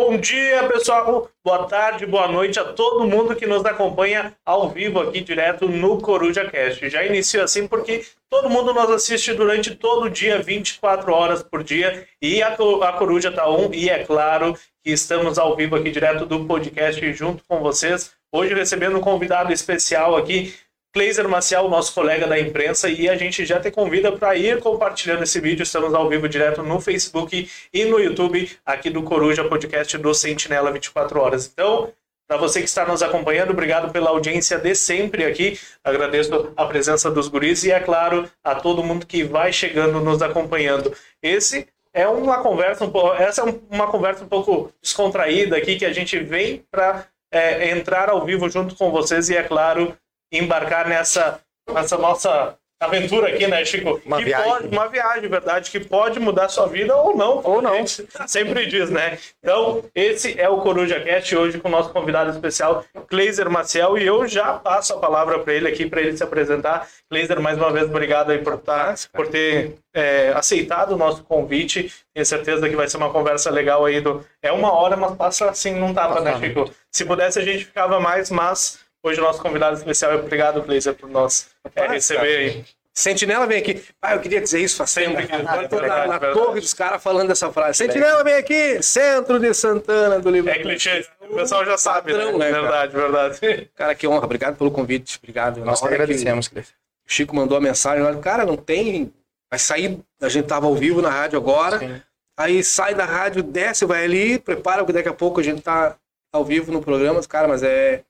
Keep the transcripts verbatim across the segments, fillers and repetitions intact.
bom dia, pessoal. Boa tarde, boa noite a todo mundo que nos acompanha ao vivo aqui direto no Coruja Cast. Já inicio assim porque todo mundo nos assiste durante todo o dia, vinte e quatro horas por dia. E a, a Coruja tá on. E é claro que estamos ao vivo aqui direto do podcast junto com vocês. Hoje recebendo um convidado especial aqui, Cleiser Maciel, nosso colega da imprensa, e a gente já te convida para ir compartilhando esse vídeo. Estamos ao vivo direto no Facebook e no YouTube aqui do Coruja Podcast do Sentinela vinte e quatro horas. Então, para você que está nos acompanhando, obrigado pela audiência de sempre aqui. Agradeço a presença dos guris e, é claro, a todo mundo que vai chegando nos acompanhando. Esse é uma conversa um pouco, essa é uma conversa um pouco descontraída aqui, que a gente vem para é, entrar ao vivo junto com vocês e, é claro, embarcar nessa, nessa nossa aventura aqui, né, Chico? Uma que viagem. Pode, uma viagem, verdade, que pode mudar a sua vida ou não. Ou não. A gente sempre diz, né? Então, esse é o Coruja Cast, hoje com o nosso convidado especial, Cleiser Maciel, e eu já passo a palavra para ele aqui, para ele se apresentar. Cleiser, mais uma vez, obrigado aí por, tá, por ter é, aceitado o nosso convite. Tenho certeza que vai ser uma conversa legal aí. Do... É uma hora, mas passa assim, não tapa, né, Chico? Se pudesse, a gente ficava mais, mas... Hoje o nosso convidado especial é obrigado, Cleiser, por nós é, receber aí. Sentinela vem aqui. Ah, eu queria dizer isso faz Sempre tempo. que- Eu tô na, verdade, na verdade. torre dos caras falando dessa frase. Sentinela vem aqui, centro de Santana do Livro. É clichê, o pessoal já sabe, Padrão, né? né, cara? Verdade, verdade. Cara, que honra. Obrigado pelo convite. Obrigado. Nós Na hora que agradecemos, Cleiser. O Chico mandou a mensagem lá. Cara, não tem... Vai sair... A gente tava ao vivo na rádio agora. Sim. Aí sai da rádio, desce, vai ali, prepara, porque daqui a pouco a gente tá ao vivo no programa. Cara, mas é...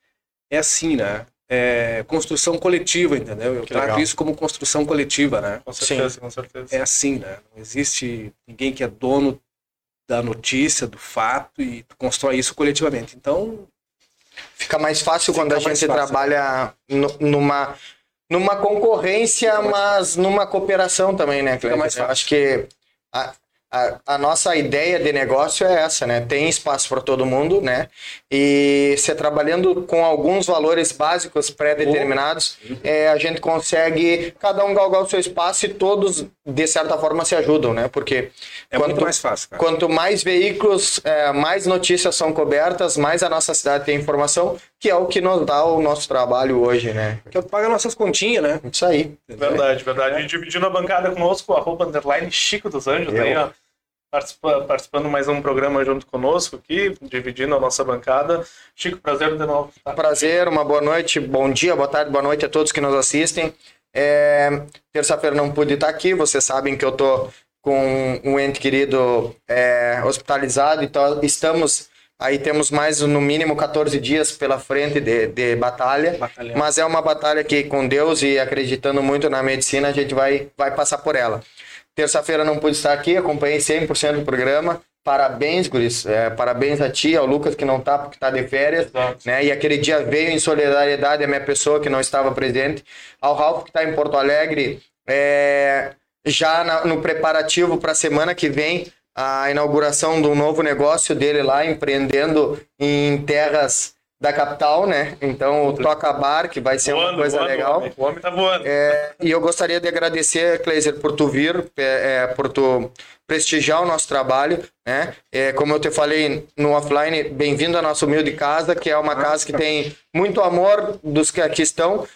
É assim, né? É construção coletiva, entendeu? Eu Que trato legal. isso como construção coletiva, né? Com certeza, com certeza. É assim, né? Não existe ninguém que é dono da notícia, do fato, e tu constrói isso coletivamente. Então, Fica mais fácil Fica quando a mais gente fácil. trabalha nu- numa, numa concorrência, mas numa cooperação também, né, Cleiser? mais Eu fácil. acho que a, a, a nossa ideia de negócio é essa, né? Tem espaço para todo mundo, né? E você trabalhando com alguns valores básicos pré-determinados, é, a gente consegue cada um galgar o seu espaço e todos, de certa forma, se ajudam, né? Porque é muito mais fácil, cara. Quanto mais veículos, é, mais notícias são cobertas, mais a nossa cidade tem informação, que é o que nos dá o nosso trabalho hoje, né? Que paga nossas continhas, né? Isso aí. Verdade, verdade. E dividindo a bancada conosco, arroba underline Chico dos Anjos, Eu. aí, ó, participa- participando mais um programa junto conosco aqui, dividindo a nossa bancada. Chico, prazer de novo. Tá? Prazer, uma boa noite, bom dia, boa tarde, boa noite a todos que nos assistem. É, terça-feira não pude estar aqui, vocês sabem que eu tô com um ente querido é, hospitalizado, então estamos... Aí temos mais, no mínimo, quatorze dias pela frente de, de batalha. Batalhão. Mas é uma batalha que, com Deus e acreditando muito na medicina, a gente vai, vai passar por ela. Terça-feira não pude estar aqui, acompanhei cem por cento do programa. Parabéns, guris. É, parabéns a ti, ao Lucas, que não tá, porque tá de férias. Exato. Né? E aquele dia veio em solidariedade a minha pessoa, que não estava presente. Ao Ralf, que está em Porto Alegre, é, já na- no preparativo para a semana que vem, a inauguração de um novo negócio dele lá, empreendendo em terras da capital, né? Então, o Toca Bar, que vai ser uma Voando, coisa voando, legal. O homem, o homem tá voando. É, e eu gostaria de agradecer, Cleiser, por tu vir, é, é, por tu prestigiar o nosso trabalho, né? É, como eu te falei no offline, bem-vindo à nossa humilde casa, que é uma casa que tem muito amor dos que aqui estão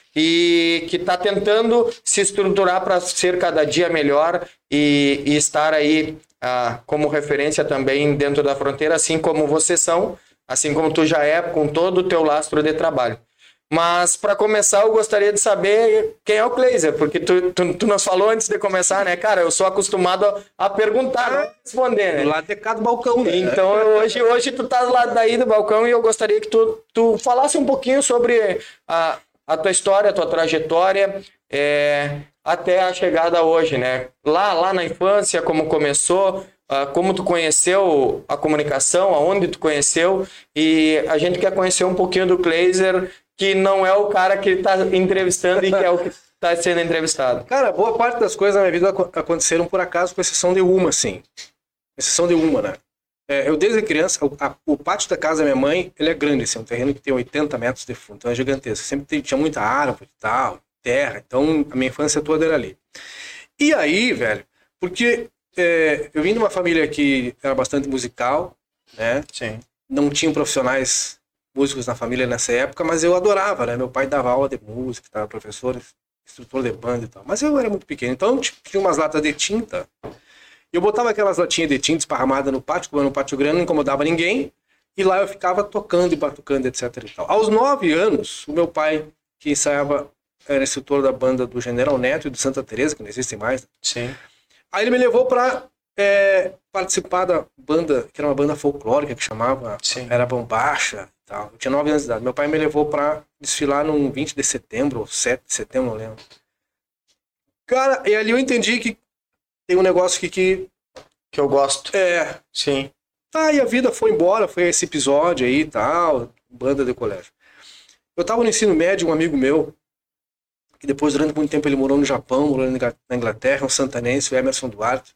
e que está tentando se estruturar para ser cada dia melhor e, e estar aí ah, como referência também dentro da fronteira, assim como vocês são, assim como tu já é, com todo o teu lastro de trabalho. Mas, para começar, eu gostaria de saber quem é o Cleiser, porque tu, tu, tu nos falou antes de começar, né, cara? Eu sou acostumado a, a perguntar, não a responder, né? Do lado de cá do balcão, né? Então, eu- hoje, hoje tu tá lá daí do balcão e eu gostaria que tu, tu falasse um pouquinho sobre a, a tua história, a tua trajetória, é, até a chegada hoje, né? Lá, lá na infância, como começou, ah, como tu conheceu a comunicação, aonde tu conheceu, e a gente quer conhecer um pouquinho do Cleiser, que não é o cara que tá entrevistando e que é o que tá sendo entrevistado. Cara, boa parte das coisas na minha vida aco- aconteceram por acaso, com exceção de uma, assim. Exceção de uma, né? É, eu, desde criança, o, a- o pátio da casa da minha mãe, ele é grande, assim, é um terreno que tem oitenta metros de fundo, então é gigantesco. Sempre tem- tinha muita árvore e tal, terra, então a minha infância toda era ali. E aí, velho, porque é, eu vim de uma família que era bastante musical, né? Sim. Não tinham profissionais músicos na família nessa época, mas eu adorava, né? Meu pai dava aula de música, tava professor, instrutor de banda e tal. Mas eu era muito pequeno, então tipo, tinha umas latas de tinta. E eu botava aquelas latinhas de tinta esparramadas no pátio, como era um pátio grande, não incomodava ninguém. E lá eu ficava tocando e batucando, etc e tal. Aos nove anos, o meu pai, que ensaiava, era instrutor da banda do General Neto e do Santa Teresa, que não existem mais. Sim. Aí ele me levou pra é, participar da banda, que era uma banda folclórica, que chamava, Sim. era Bombacha e tal. Eu tinha nove anos de idade. Meu pai me levou pra desfilar num vinte de setembro, ou sete de setembro, não lembro. Cara, e ali eu entendi que tem um negócio aqui que... Que eu gosto. É... Sim. Tá, e a vida foi embora, foi esse episódio aí e tal, banda de colégio. Eu tava no ensino médio, um amigo meu, que depois, durante muito tempo, ele morou no Japão, morou na Inglaterra, um santanense, o Emerson Duarte,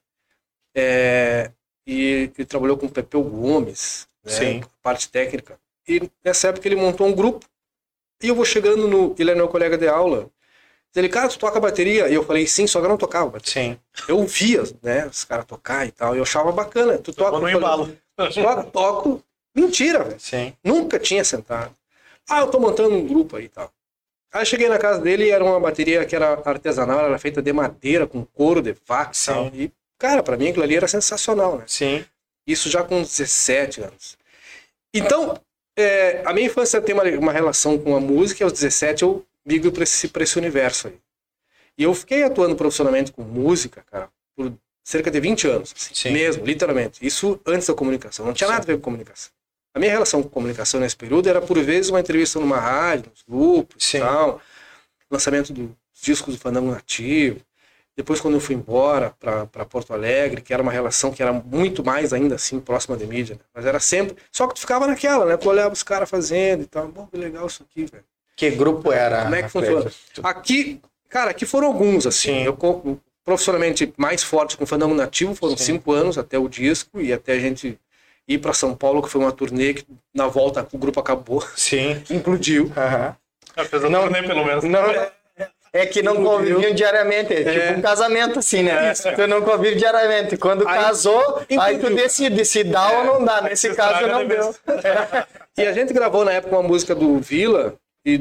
é, e ele trabalhou com o Pepeu Gomes, né, Sim. parte técnica. E nessa época ele montou um grupo, e eu vou chegando no... Ele é meu colega de aula. Ele, cara, tu toca bateria? E eu falei, sim, só que eu não tocava bateria. Sim. Eu via, né, os caras tocar e tal, e eu achava bacana. Tu toca? no embalo. Toca, toco. Mentira, velho. Sim. Nunca tinha sentado. Ah, eu tô montando um grupo aí e tal. Aí eu cheguei na casa dele e era uma bateria que era artesanal, ela era feita de madeira, com couro de vaca e tal. E, cara, pra mim aquilo ali era sensacional, né? Sim. Isso já com dezessete anos. Então, é, a minha infância tem uma, uma relação com a música, e aos dezessete eu migro pra esse, pra esse universo aí. E eu fiquei atuando profissionalmente com música, cara, por cerca de vinte anos. Assim, Sim. mesmo, literalmente. Isso antes da comunicação. Não tinha nada a ver com comunicação. A minha relação com comunicação nesse período era, por vezes, uma entrevista numa rádio, nos grupos Sim. e tal. Lançamento dos discos do Fandango Nativo. Depois, quando eu fui embora para Porto Alegre, que era uma relação que era muito mais ainda assim, próxima de mídia. Né? Mas era sempre... Só que tu ficava naquela, né? Tu olhava os caras fazendo e tal. Bom, que legal isso aqui, velho. Que grupo era? Como é que funciona? Aqui, cara, aqui foram alguns, assim. Sim. Eu, profissionalmente, mais forte com o Fandango Nativo, foram Sim. cinco anos até o disco e até a gente ir para São Paulo, que foi uma turnê que na volta o grupo acabou. Sim. Implodiu. Aham. Fez a Não. turnê, pelo menos. Não, é que não conviviam diariamente, é tipo É. um casamento assim, né? Tu não convive diariamente. Quando Aí, casou, aí tu inclusive- decide se dá ou não dá. Nesse se caso estraga não de deu. vez. E a gente gravou na época uma música do Vila e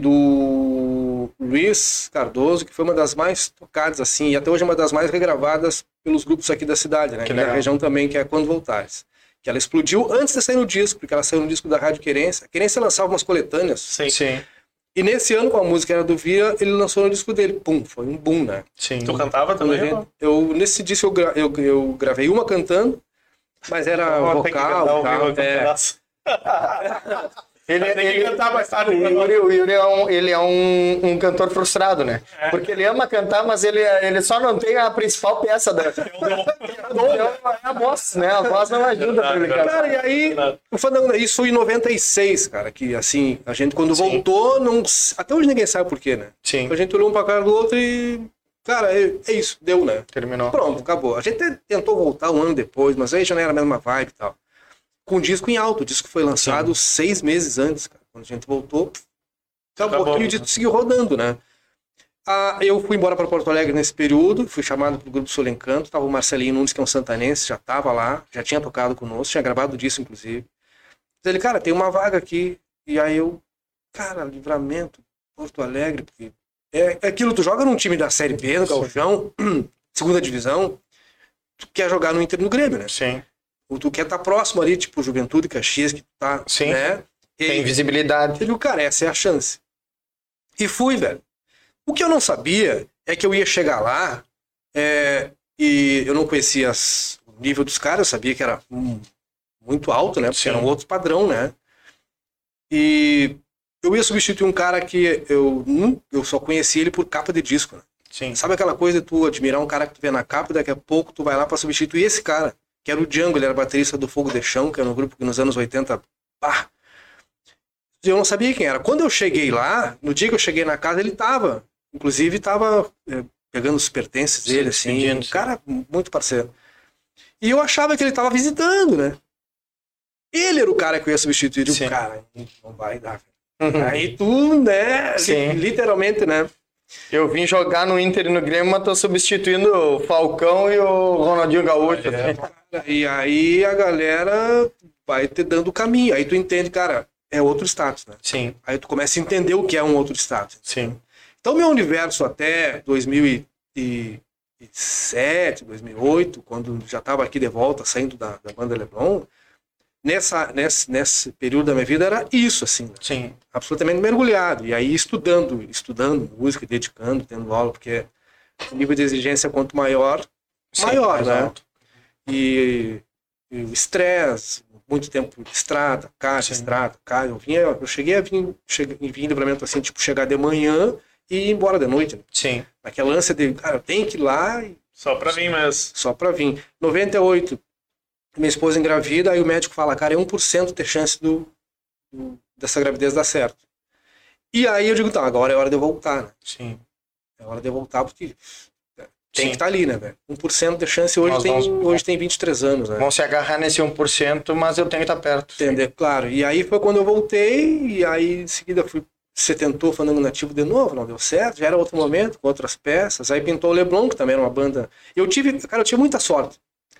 do Luiz Cardoso, que foi uma das mais tocadas, assim, e até hoje é uma das mais regravadas pelos grupos aqui da cidade, né? Que E da legal. região também, que é Quando Voltares. Que ela explodiu antes de sair no disco, porque ela saiu no disco da Rádio Querência. A Querência lançava umas coletâneas. Sim. Sim, E nesse ano, com a música era do Vila, ele lançou no disco dele. Pum, foi um boom, né? sim. Tu cantava Quando a também? gente- eu, nesse disco eu, gra- eu, eu gravei uma cantando, mas era Vou ter que vocal cantar e ao vivo tal. aqui um É. pedaço. Ele, Tem que ele, cantar mais tarde. o Yuri, o Yuri é, um, ele é um, um cantor frustrado, né? É. Porque ele ama cantar, mas ele, ele só não tem a principal peça da. É a voz, né? A voz não ajuda pra ele cantar. Cara, e aí, o Fandango, isso foi em noventa e seis, cara, que assim, a gente quando Sim. voltou, não, até hoje ninguém sabe por quê, né? Sim, A gente olhou um pra cara do outro e, cara, é, é isso, deu, né? terminou. Pronto, acabou. A gente tentou voltar um ano depois, mas aí já não era a mesma vibe e tal. Com o disco em alto, o disco foi lançado seis meses antes, cara. Quando a gente voltou, acabou, Acabou. e o disco seguiu rodando, né? Ah, eu fui embora para Porto Alegre nesse período, fui chamado pro grupo Solencanto, tava o Marcelinho Nunes, que é um santanense, já tava lá, já tinha tocado conosco, tinha gravado disso, inclusive. Ele, cara, tem uma vaga aqui. E aí eu, cara, Livramento, Porto Alegre, porque é, é aquilo, tu joga num time da Série B, no Gauchão, segunda divisão, tu quer jogar no Inter e no Grêmio, né? Sim. Ou tu quer estar próximo ali, tipo Juventude, Caxias, que tu tá, Sim. né? E Tem visibilidade. eu digo, cara, essa é a chance. E fui, velho. O que eu não sabia é que eu ia chegar lá é, e eu não conhecia as- o nível dos caras, eu sabia que era hum, muito alto, né? Porque Sim. era um outro padrão, né? E eu ia substituir um cara que eu, nun- eu só conhecia ele por capa de disco, né? Sim. Sabe aquela coisa de tu admirar um cara que tu vê na capa e daqui a pouco tu vai lá pra substituir esse cara, que era o Django, ele era baterista do Fogo de Chão, que era um grupo que nos anos oitenta, pá, eu não sabia quem era. Quando eu cheguei lá, no dia que eu cheguei na casa, ele tava, inclusive tava é, pegando os pertences dele, Sim, assim, pedindo, um sim. cara muito parceiro. E eu achava que ele tava visitando, né? Ele era o cara que eu ia substituir. Eu digo, Sim. cara, não vai dar, velho. Aí tu, né, Sim. literalmente, né? Eu vim jogar no Inter e no Grêmio, mas tô substituindo o Falcão e o Ronaldinho Gaúcho. É. assim. E aí a galera vai te dando o caminho. Aí tu entende, cara, é outro status, né? Sim. Aí tu começa a entender o que é um outro status. Sim. Então, meu universo até dois mil e sete, dois mil e oito, quando já estava aqui de volta, saindo da, da banda Leblon, nessa, nesse, nesse período da minha vida era isso, assim. Né? Sim. Absolutamente mergulhado. E aí estudando, estudando música, dedicando, tendo aula, porque o nível de exigência quanto maior, Sim, maior, mais né? alto. E, e o estresse, muito tempo de estrada, casa, Sim. estrada, casa. Eu, vinha, eu cheguei a vir, cheguei, vir em livramento assim, tipo, chegar de manhã e ir embora de noite. Né? Sim. Naquela ânsia de, cara, eu tenho que ir lá e Só pra mim mesmo. só pra vir. noventa e oito, minha esposa engravida, aí o médico fala, cara, é um por cento ter chance do, do, dessa gravidez dar certo. E aí eu digo, tá, agora é hora de eu voltar, né? Sim. É hora de eu voltar porque Sim. tem que estar ali, né, velho? um por cento de chance hoje, Nós tem, vamos- hoje tem vinte e três anos, né? Vão se agarrar nesse um por cento, mas eu tenho que estar perto. Entender, claro. E aí foi quando eu voltei, e aí em seguida fui, você tentou Fandango Nativo de novo, não deu certo, já era outro momento, com outras peças. Aí pintou o Leblon, que também era uma banda. Eu tive, cara, eu tive muita sorte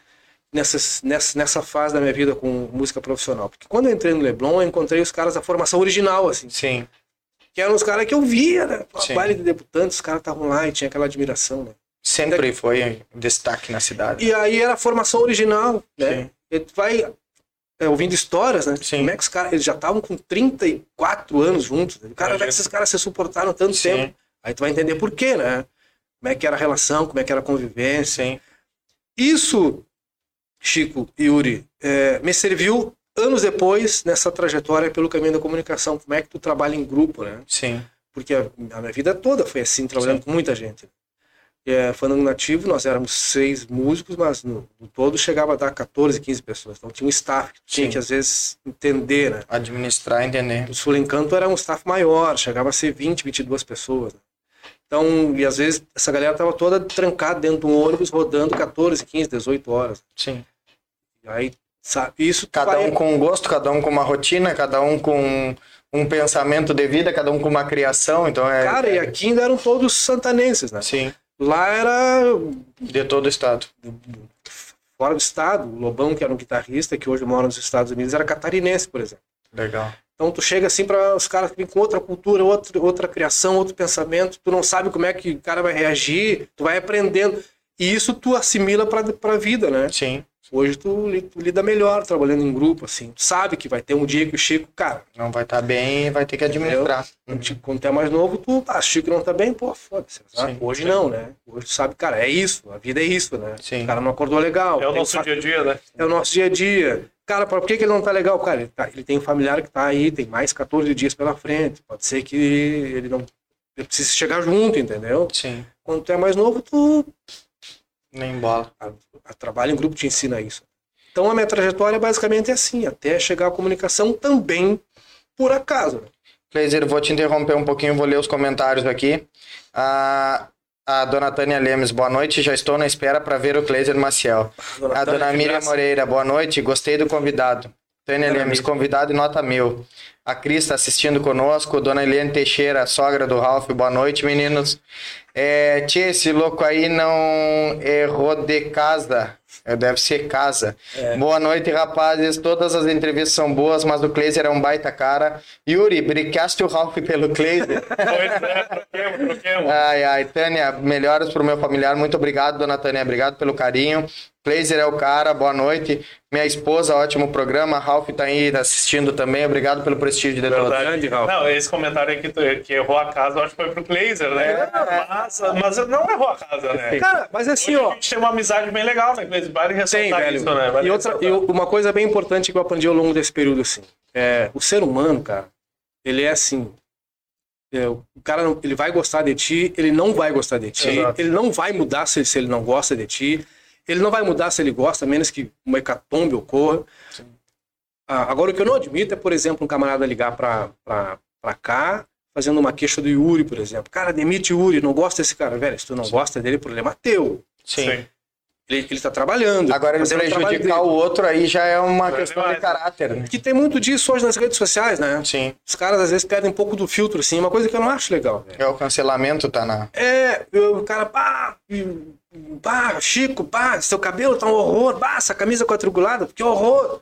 nessas, nessa, nessa fase da minha vida com música profissional. Porque quando eu entrei no Leblon, eu encontrei os caras da formação original, assim. Sim. Que eram os caras que eu via, né? Sim. Baile de debutantes, os caras estavam lá e tinha aquela admiração, né? Sempre foi destaque na cidade. E aí era a formação original, né? Sim. Ele vai é, ouvindo histórias, né? Sim. Como é que os caras, eles já estavam com trinta e quatro anos juntos. Né? Cara, como é que esses caras se suportaram tanto Sim. tempo? Aí tu vai entender por quê, né? Como é que era a relação, como é que era a convivência. Sim. Isso, Chico e Yuri, é, me serviu anos depois nessa trajetória pelo caminho da comunicação. Como é que tu trabalha em grupo, né? Sim. Porque a, a minha vida toda foi assim, trabalhando Sim. com muita gente. É, Fandango Nativo, nós éramos seis músicos, mas no, no todo chegava a dar quatorze, quinze pessoas. Então tinha um staff que tinha Sim. que às vezes entender, né? Administrar, entender. O Sul Encanto era um staff maior, chegava a ser vinte, vinte e duas pessoas. Né? Então, e às vezes essa galera estava toda trancada dentro de um ônibus, rodando quatorze, quinze, dezoito horas. Sim. E aí, sabe, isso Cada vai... um com um gosto, cada um com uma rotina, cada um com um pensamento de vida, cada um com uma criação. Então é. Cara, e aqui ainda eram todos santanenses, né? Sim. Lá era De todo o estado. fora do estado. O Lobão, que era um guitarrista, que hoje mora nos Estados Unidos, era catarinense, por exemplo. Legal. Então tu chega assim para os caras que vêm com outra cultura, outra, outra criação, outro pensamento, tu não sabe como é que o cara vai reagir, tu vai aprendendo. E isso tu assimila para a vida, né? Sim. Hoje tu, li- tu lida melhor trabalhando em grupo, assim. Tu sabe que vai ter um dia que o Chico, cara, Não vai estar bem e vai ter que administrar. um Chico, quando tu é mais novo, tu, ah, Chico não tá bem, pô, foda-se. sabe? Sim, Hoje sim. não, né? Hoje tu sabe, cara, é isso, a vida é isso, né? Sim. O cara não acordou legal. É o tem nosso fa- dia a dia, né? É o nosso dia a dia. Cara, por que, que ele não tá legal? Cara, ele, tá- ele tem um familiar que tá aí, tem mais quatorze dias pela frente. Pode ser que ele não ele precise chegar junto, entendeu? Sim. Quando tu é mais novo, tu Nem bola. a, a trabalho em grupo te ensina isso. Então a minha trajetória basicamente é assim, até chegar à comunicação também por acaso. Né? Cleiser, vou te interromper um pouquinho, vou ler os comentários aqui. A, a dona Tânia Lemes, boa noite, já estou na espera para ver o Cleiser Maciel. Dona A Tânia, dona que Miriam graça. Moreira, boa noite, gostei do convidado. Tânia Dona Lemes, Miriam. convidado e nota mil. A Cris está assistindo conosco, dona Eliane Teixeira, sogra do Ralph, boa noite, meninos. É, tia, esse louco aí não errou de casa, é, deve ser casa. É. Boa noite, rapazes, todas as entrevistas são boas, mas o Cleiser é um baita cara. Yuri, bricaste o Ralph pelo Cleiser? Pois é, troquemos, troquemos. Ai, ai, Tânia, melhoras pro meu familiar. Muito obrigado, dona Tânia. Obrigado pelo carinho. Cleiser é o cara, boa noite. Minha esposa, ótimo programa. Ralph tá aí assistindo também. Obrigado pelo prestígio de todos. Grande, Ralf. Não, esse comentário aí que, tu- que errou a casa, eu acho que foi pro Glazer, né? É. Mas, mas não errou a casa, né? Cara, mas assim, Hoje ó, a gente tem uma amizade bem legal, né, Glazer? Vale tem, ressaltar velho. isso, né? Vale E, outra, ressaltar. e uma coisa bem importante que eu aprendi ao longo desse período, assim, é, o ser humano, cara, ele é assim, é, o cara não- ele vai gostar de ti, ele não vai gostar de ti, Exato. ele não vai mudar se, se ele não gosta de ti, ele não vai mudar se ele gosta, a menos que uma hecatombe ocorra. Ah, agora, o que eu não admito é, por exemplo, um camarada ligar pra, pra, pra cá, fazendo uma queixa do Yuri, por exemplo. Cara, demite o Yuri, não gosta desse cara. Velho, se tu não gosta dele, o problema é teu. Sim. Sim. Ele, ele tá trabalhando. Agora, ele fazendo o trabalho prejudicar dele. o outro aí já é uma É questão de demais. caráter, né? Que tem muito disso hoje nas redes sociais, né? Sim. Os caras às vezes perdem um pouco do filtro, assim, uma coisa que eu não acho legal, velho. É o cancelamento, tá na... É, eu- o cara, pá, pá, Chico, pá, seu cabelo tá um horror, pá, essa camisa quadriculada, que horror.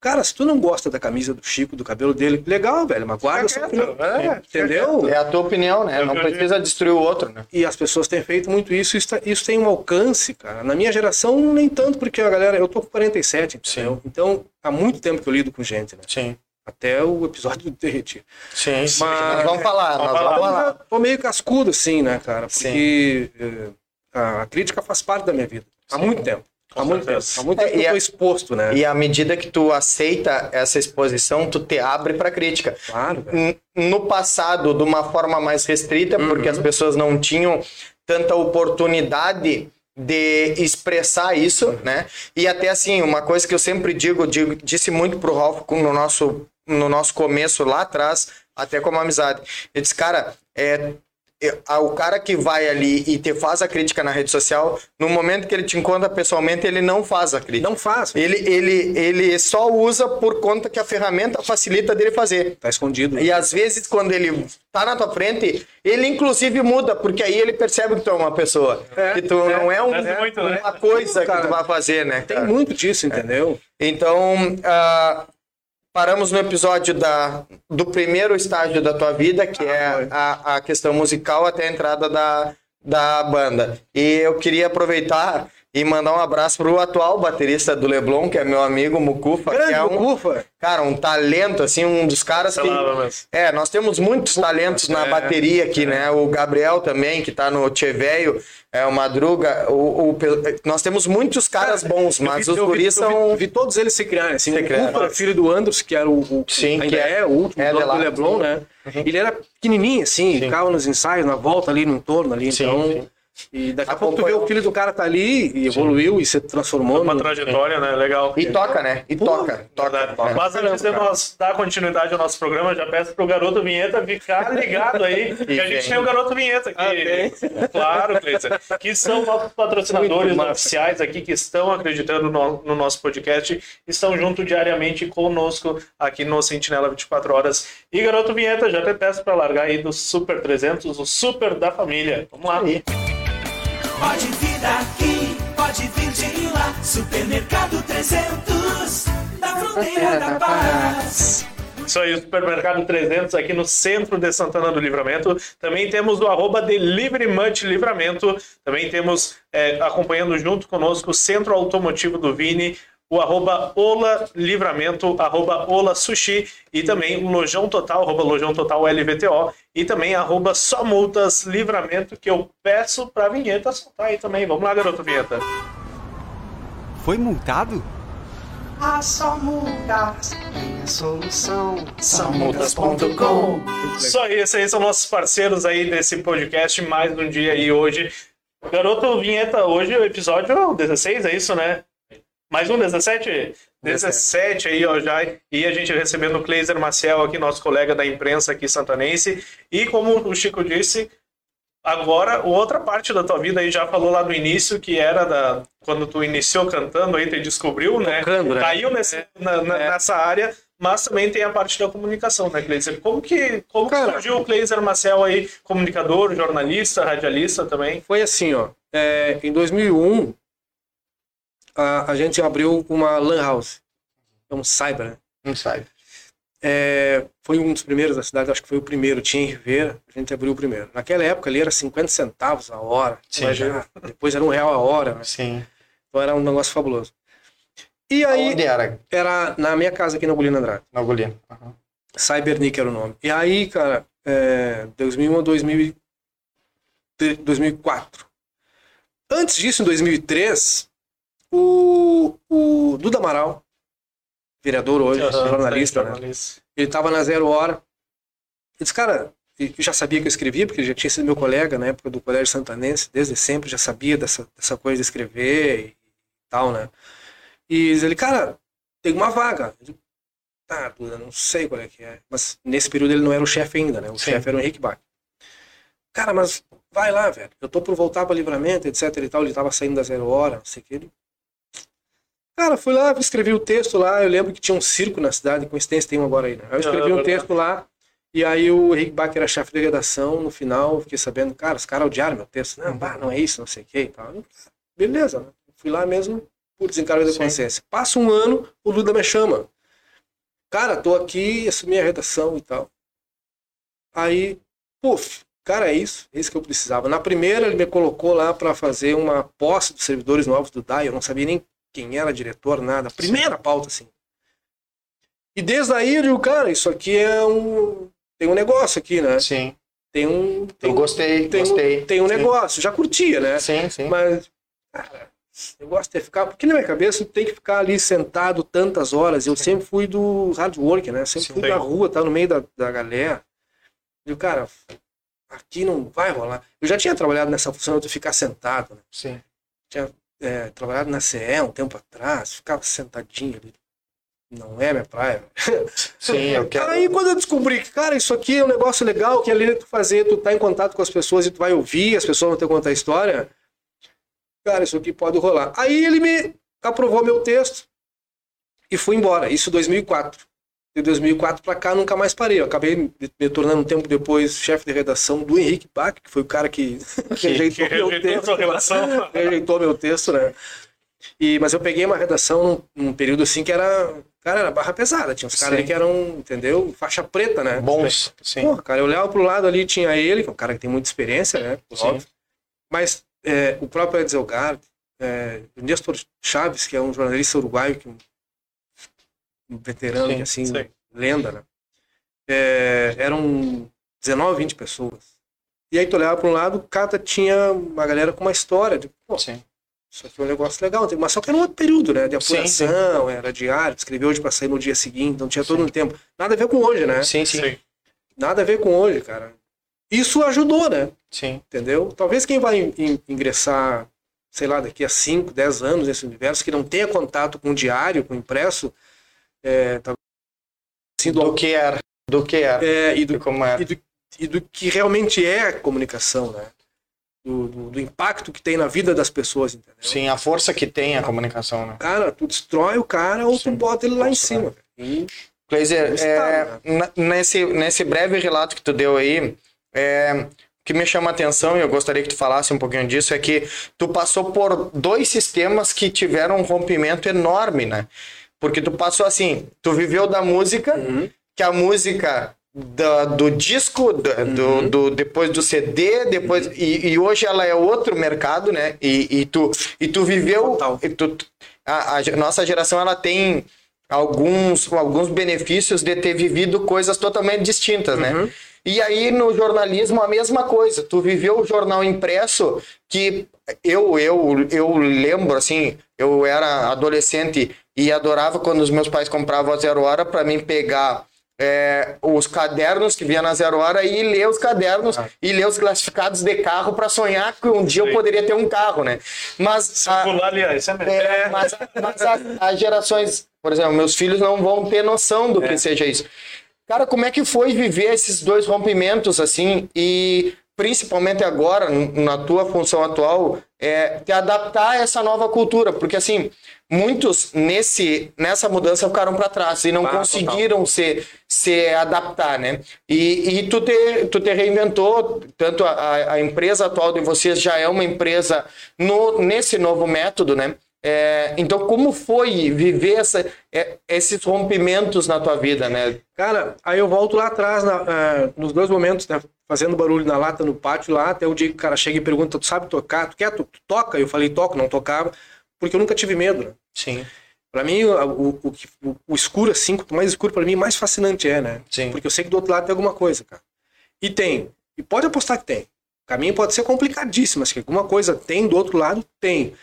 Cara, se tu não gosta da camisa do Chico, do cabelo dele, legal, velho, mas guarda essa opinião. É, entendeu? É a tua opinião, né? Eu Não eu precisa destruir o outro, né? E as pessoas têm feito muito isso, isso, tá- isso tem um alcance, cara. Na minha geração, nem tanto, porque a galera, eu tô com quarenta e sete, entendeu? Sim. Então, há muito tempo que eu lido com gente, né? Sim. Até o episódio do Derretir. Sim, sim. Mas- Nós vamos falar, Vamos nós falar. vamos Eu já falar. tô meio cascudo, assim, né, cara? Sim. Porque eh, a crítica faz parte da minha vida. Há Sim. muito tempo. Há Com muito tempo. certeza. Há muito É, tempo que e eu a- tô exposto, né? E à medida que tu aceita essa exposição, tu te abre para crítica. Claro, velho. N- No passado, de uma forma mais restrita, porque Uhum. as pessoas não tinham tanta oportunidade de expressar isso, né? E até assim, uma coisa que eu sempre digo, digo disse muito pro Ralph no nosso, no nosso começo lá atrás, até como amizade. Ele disse, cara, é, é, a- o cara que vai ali e te faz a crítica na rede social, no momento que ele te encontra pessoalmente, ele não faz a crítica. Não faz, velho. Ele, ele, ele só usa por conta que a ferramenta facilita dele fazer. Tá escondido. E às vezes, quando ele tá na tua frente, ele inclusive muda, porque aí ele percebe que tu é uma pessoa. É, que tu é, não é, um- acontece muito, né? uma coisa Cara, que tu vai fazer, né? Tem cara? muito disso, entendeu? Então, ah, paramos no episódio da, do primeiro estágio da tua vida, que é a, a questão musical até a entrada da, da banda. E eu queria aproveitar e mandar um abraço pro atual baterista do Leblon, que é meu amigo Mucufa, que Grande é um, Mucufa. cara, um talento, assim, um dos caras que... Palavra mesmo. É, nós temos muitos talentos na É, bateria aqui, né? O Gabriel também, que tá no Tchê Velho, é o Madruga. O, o- nós temos muitos caras bons, Eu mas vi- os eu vi- guris eu vi- são... vi todos eles se criarem. Assim, Se o criaram. Mucufa, filho do Andros, que era o, o Sim, ainda que é, é- o último é de dono lá. do Leblon, né? Ele era pequenininho, assim, ficava nos ensaios, na volta ali, no entorno ali. Sim, Então, sim. e daqui a pouco tu vê Acompanhou. o filho do cara tá ali e evoluiu e se transformou. Uma no- trajetória, né? Legal. E toca, né? E Pô, toca, toca. Verdade. toca. Mas antes de nós dar continuidade ao nosso programa, já peço pro Garoto Vinheta ficar ligado aí, que a gente vem. tem o Garoto Vinheta aqui. Ah, tem? Claro, Cleiton. Que são nossos patrocinadores Muito massa. oficiais aqui, que estão acreditando no, no nosso podcast, estão junto diariamente conosco aqui no Sentinela vinte e quatro horas. E Garoto Vinheta, já te peço para largar aí do Super trezentos, o Super da Família. Vamos lá. Aí. Pode vir daqui, pode vir de lá. Supermercado trezentos, da fronteira da paz. Isso aí, o Supermercado trezentos aqui no centro de Santana do Livramento. Também temos o arroba Delivery Much Livramento. Também temos, é, acompanhando junto conosco, o Centro Automotivo do Vini, o arroba Ola Livramento, arroba Ola Sushi, e também o Lojão Total, arroba Lojão Total L V T O, e também arroba Só Multas Livramento, que eu peço pra vinheta soltar aí também. Vamos lá, garoto vinheta. Foi multado? A Só Multas tem a solução. só multas ponto com. Só isso aí, são nossos parceiros aí desse podcast, mais um dia aí hoje. Garoto vinheta, hoje o episódio dezesseis, é isso, né? Mais um dezessete? dezessete aí, ó, já. E a gente recebendo o Cleiser Maciel aqui, nosso colega da imprensa aqui santanense. E como o Chico disse, agora, outra parte da tua vida aí já falou lá no início, que era da quando tu iniciou cantando, aí tu descobriu, né? Tocando, né? Caiu nesse, na- na- nessa área, mas também tem a parte da comunicação, né, Cleiser? Como que, como que Cara, surgiu o Cleiser Maciel aí, comunicador, jornalista, radialista também? Foi assim, ó. É, em dois mil e um, a, a gente abriu uma lan house. É um cyber, né? Não sai. É, foi um dos primeiros da cidade, acho que foi o primeiro. Tinha em Rivera, a gente abriu o primeiro. Naquela época ali era cinquenta centavos a hora. Sim. Imagina, depois era um real a hora. Né? Sim. Então era um negócio fabuloso. E aí, Onde era? era na minha casa aqui na Golina Andrade. Na Golina. Uhum. Cybernick era o nome. E aí, cara, é, dois mil e um a dois mil e dois mil e quatro. Antes disso, em dois mil e três, o, o Duda Amaral, vereador hoje, jornalista, né? jornalista. Ele estava na Zero Hora. Ele disse, cara, eu já sabia que eu escrevia, porque ele já tinha sido meu colega na época do Colégio Santanense, desde sempre, já sabia dessa, dessa coisa de escrever e tal, né? E ele, cara, tem uma vaga. Eu digo, tá, Duda, não sei qual é que é. Mas nesse período ele não era o chefe ainda, né? O Sim. chefe era o Henrique Bach. Cara, mas vai lá, velho. Eu tô por voltar para Livramento, etc e tal. Ele tava saindo da Zero Hora, não sei o que. Ele... Cara, fui lá, escrevi o texto lá. Eu lembro que tinha um circo na cidade, coincidência tem um agora aí, né? Eu escrevi Ah, um verdade. texto lá. E aí o Henrique Bach era chefe de redação. No final, eu fiquei sabendo, cara, os caras odiaram meu texto. Não, bah, não é isso, não sei o que e tal. Eu, Beleza, né? Fui lá mesmo por desencargo da Sim. consciência. Passa um ano, o Duda me chama. cara, tô aqui, assumi a redação e tal. Aí, puf, cara, é isso, é isso que eu precisava. Na primeira, ele me colocou lá para fazer uma posse dos servidores novos do D A I, eu não sabia nem quem era diretor, nada. Primeira pauta, assim. E desde aí eu digo, cara, isso aqui é um... Tem um negócio aqui, né? Sim. Tem um... Tem, Eu gostei, tem gostei. Um, tem um Sim. negócio, já curtia, né? Sim, sim. Mas, cara, eu gosto de ficar... Porque na minha cabeça tem que ficar ali sentado tantas horas. Eu sempre fui do hard work, né? Sempre Sim. fui da rua, tá no meio da, da galera. Eu digo, cara, aqui não vai rolar. Eu já tinha trabalhado nessa função de ficar sentado, né? Sim. Tinha é, trabalhado na C E um tempo atrás, ficava sentadinho ali. Não é minha praia. Sim, eu quero... Aí quando eu descobri que, cara, isso aqui é um negócio legal, que ali tu fazer, tu tá em contato com as pessoas e tu vai ouvir, as pessoas vão ter que contar a história, cara, isso aqui pode rolar. Aí ele me aprovou meu texto e fui embora. Isso em dois mil e quatro. De dois mil e quatro pra cá, nunca mais parei. Eu acabei me, me tornando um tempo depois chefe de redação do Henrique Bach, que foi o cara que, que rejeitou que meu rejeitou texto. a tua redação. Rejeitou meu texto, né? E, mas eu peguei uma redação num, num período assim que era... Cara, era barra pesada. Tinha uns caras ali que eram, entendeu? Faixa preta, né? Bons, sim. Porra, cara, eu olhava pro lado ali, tinha ele, que é um cara que tem muita experiência, né? Óbvio. Mas é, o próprio Edzelgar, é, o Nestor Chaves, que é um jornalista uruguaio, que, um veterano, Sim, que assim, sim. lenda, né? É, eram dezenove, vinte pessoas. E aí tu olhava para um lado, cada tinha uma galera com uma história. De, pô, Sim. isso aqui é um negócio legal. Mas só que era um outro período, né? De Sim, apuração, era diário, escreveu hoje para sair no dia seguinte, então tinha todo um tempo. Nada a ver com hoje, né? Sim, sim. Sim. Nada a ver com hoje, cara. Isso ajudou, né? Sim. Entendeu? Talvez quem vai in- in- ingressar, sei lá, daqui a cinco, dez anos nesse universo, que não tenha contato com o diário, com o impresso, é, talvez assim, Do que era. Do que era. é, e, do, E como era. e, do, e do que realmente é a comunicação, né? Do, do, do impacto que tem na vida das pessoas, entendeu? Sim, a força que tem a comunicação, né? Cara, tu destrói o cara ou tu Sim. bota ele lá em Destrói. cima. velho. E- Glazer, Está, é, né? n- nesse, nesse breve relato que tu deu aí, é, o que me chama a atenção, e eu gostaria que tu falasse um pouquinho disso, é que tu passou por dois sistemas que tiveram um rompimento enorme, né? Porque tu passou assim, tu viveu da música, Uhum. que a música da- do disco, do, do- do- depois do C D, depois e, e hoje ela é outro mercado, né? E, e tu e tu viveu, Total. e tu, a, a ge- nossa geração ela tem alguns alguns benefícios de ter vivido coisas totalmente distintas, né? E aí no jornalismo a mesma coisa. Tu viveu o jornal impresso que eu eu eu lembro assim, eu era adolescente e adorava quando os meus pais compravam a Zero Hora para mim pegar é, os cadernos que vinha na Zero Hora e ler os cadernos e ler os classificados de carro para sonhar que um dia eu Sim. poderia ter um carro, né? Mas a- Circular ali, ó, isso é mesmo. é, mas, mas a- as gerações, por exemplo, meus filhos não vão ter noção do que seja isso. Cara, como é que foi viver esses dois rompimentos assim e principalmente agora, n- na tua função atual, é, te adaptar a essa nova cultura? Porque assim, muitos nesse, nessa mudança ficaram para trás e não Ah, conseguiram se, se adaptar, né? E, e tu, te, tu te reinventou, tanto a, a empresa atual de vocês já é uma empresa no, nesse novo método, né? É, então, como foi viver essa, é, esses rompimentos na tua vida, né? Cara, aí eu volto lá atrás, na- eh, nos dois momentos, né? Fazendo barulho na lata, no pátio lá, até o dia que o cara chega e pergunta, tu sabe tocar? Tu quer? Tu, tu toca? Eu falei, toco, não tocava, porque eu nunca tive medo, né? Sim, Pra mim, o, o, o, que- o- o escuro, assim, quanto mais escuro pra mim, mais fascinante é, né? sim. Porque eu sei que do outro lado tem alguma coisa, cara. E tem. E pode apostar que tem. O caminho pode ser complicadíssimo, mas que alguma coisa tem do outro lado, tem.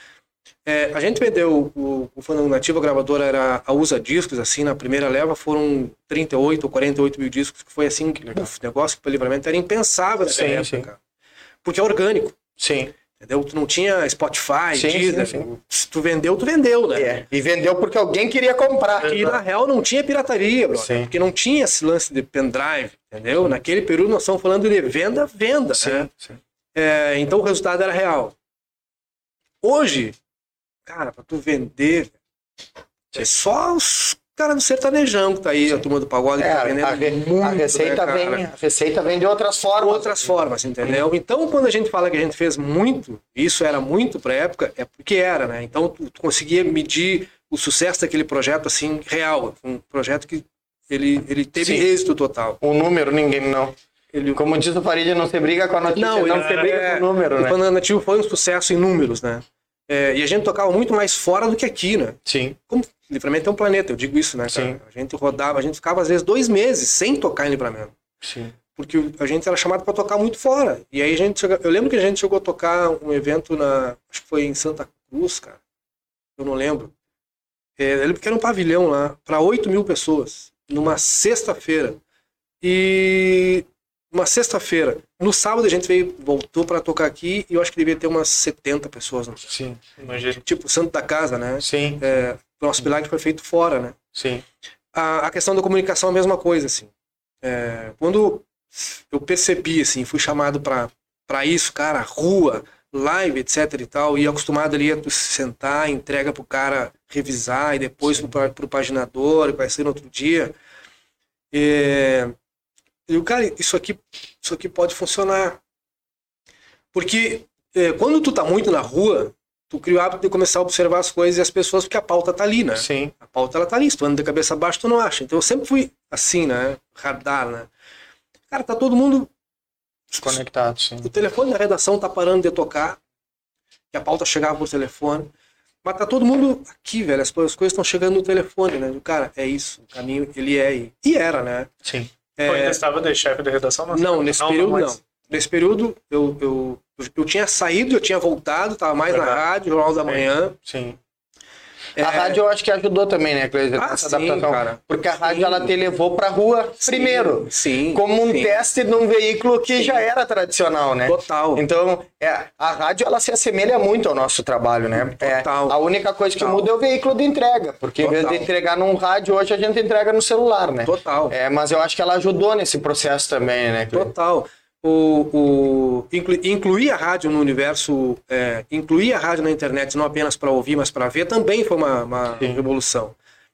É, a gente vendeu o, o Fandango Nativo, a gravadora era a Usa Discos, assim, na primeira leva foram trinta e oito ou quarenta e oito mil discos, que foi assim, uf, negócio que para livramento era impensável nessa Sim, época, sim. cara. Porque é orgânico, Sim. entendeu? Tu não tinha Spotify, Sim, Deezer, sim, sim. se tu vendeu, tu vendeu, né? É. E vendeu porque alguém queria comprar. E na real não tinha pirataria, brother, Sim. porque não tinha esse lance de pendrive, entendeu? Naquele período nós estamos falando de venda, venda, né? sim. É, então o resultado era real. Hoje, cara, pra tu vender, é só os caras do sertanejão que tá aí, a turma do pagode que É, tá vendendo a, re- muito, a receita né, vem, cara? a receita vem de outras formas. Outras formas, entendeu? Então, quando a gente fala que a gente fez muito, isso era muito pra época, é porque era, né? Então, tu, tu conseguia medir o sucesso daquele projeto, assim, real. Um projeto que ele, ele teve Sim. êxito total. O número, ninguém não. Ele, Como diz o Farid, não se briga com a notícia, não, Não, se ele- briga é- com o número, né? O Nativo foi um sucesso em números, né? É, e a gente tocava muito mais fora do que aqui, né? Sim. Como Livramento é um planeta, eu digo isso, né, cara? Sim. A gente rodava, a gente ficava às vezes dois meses sem tocar em Livramento. Sim. Porque a gente era chamado para tocar muito fora. E aí a gente chega... Eu lembro que a gente chegou a tocar um evento na... Acho que foi em Santa Cruz, cara. Eu não lembro. É, eu lembro que era um pavilhão lá, para oito mil pessoas, numa sexta-feira. E... Uma sexta-feira. No sábado a gente veio, voltou para tocar aqui e eu acho que devia ter umas setenta pessoas. No... Sim. Imagina. Tipo, Santo da Casa, né? Sim. É, o nosso milagre foi feito fora, né? Sim. A, a questão da comunicação é a mesma coisa, assim. É, quando eu percebi, assim, fui chamado pra, pra isso, cara, rua, live, etc e tal, e acostumado ali a tu sentar, entrega pro cara revisar, e depois pro, pro paginador, e vai ser no outro dia. É, e o cara, isso aqui, isso aqui pode funcionar. Porque é, quando tu tá muito na rua, tu cria o hábito de começar a observar as coisas e as pessoas, porque a pauta tá ali, né? Sim. A pauta, ela tá ali. Se tu anda de cabeça baixa, tu não acha. Então eu sempre fui assim, né? Radar, né? Cara, tá todo mundo... Conectado, sim. O telefone da redação tá parando de tocar, que a pauta chegava por telefone. Mas tá todo mundo aqui, velho. As, as coisas estão chegando no telefone, né? O cara, é isso. O caminho, ele é. E, e era, né? Sim. É, Foi, ainda estava de chefe de redação? não, nesse período mas- não. Nesse período eu, eu, eu tinha saído, eu tinha voltado, tava mais na Uhum. rádio, Jornal da Manhã. Sim. É, A rádio eu acho que ajudou também, né, Cleiser, Ah, nessa sim, adaptação. cara. Porque a rádio Sim. ela te levou pra rua primeiro. Sim. Como um sim. teste num veículo que já era tradicional, né? Total. Então, é, a rádio ela se assemelha muito ao nosso trabalho, né? É, Total. a única coisa que Total. muda é o veículo de entrega, porque em vez de Total. entregar num rádio, hoje a gente entrega no celular, né? Total. É, mas eu acho que ela ajudou nesse processo também, né? Cleiser? Total. O, o, inclu, incluir a rádio no universo, é, incluir a rádio na internet não apenas para ouvir, mas para ver, também foi uma, uma Sim. revolução.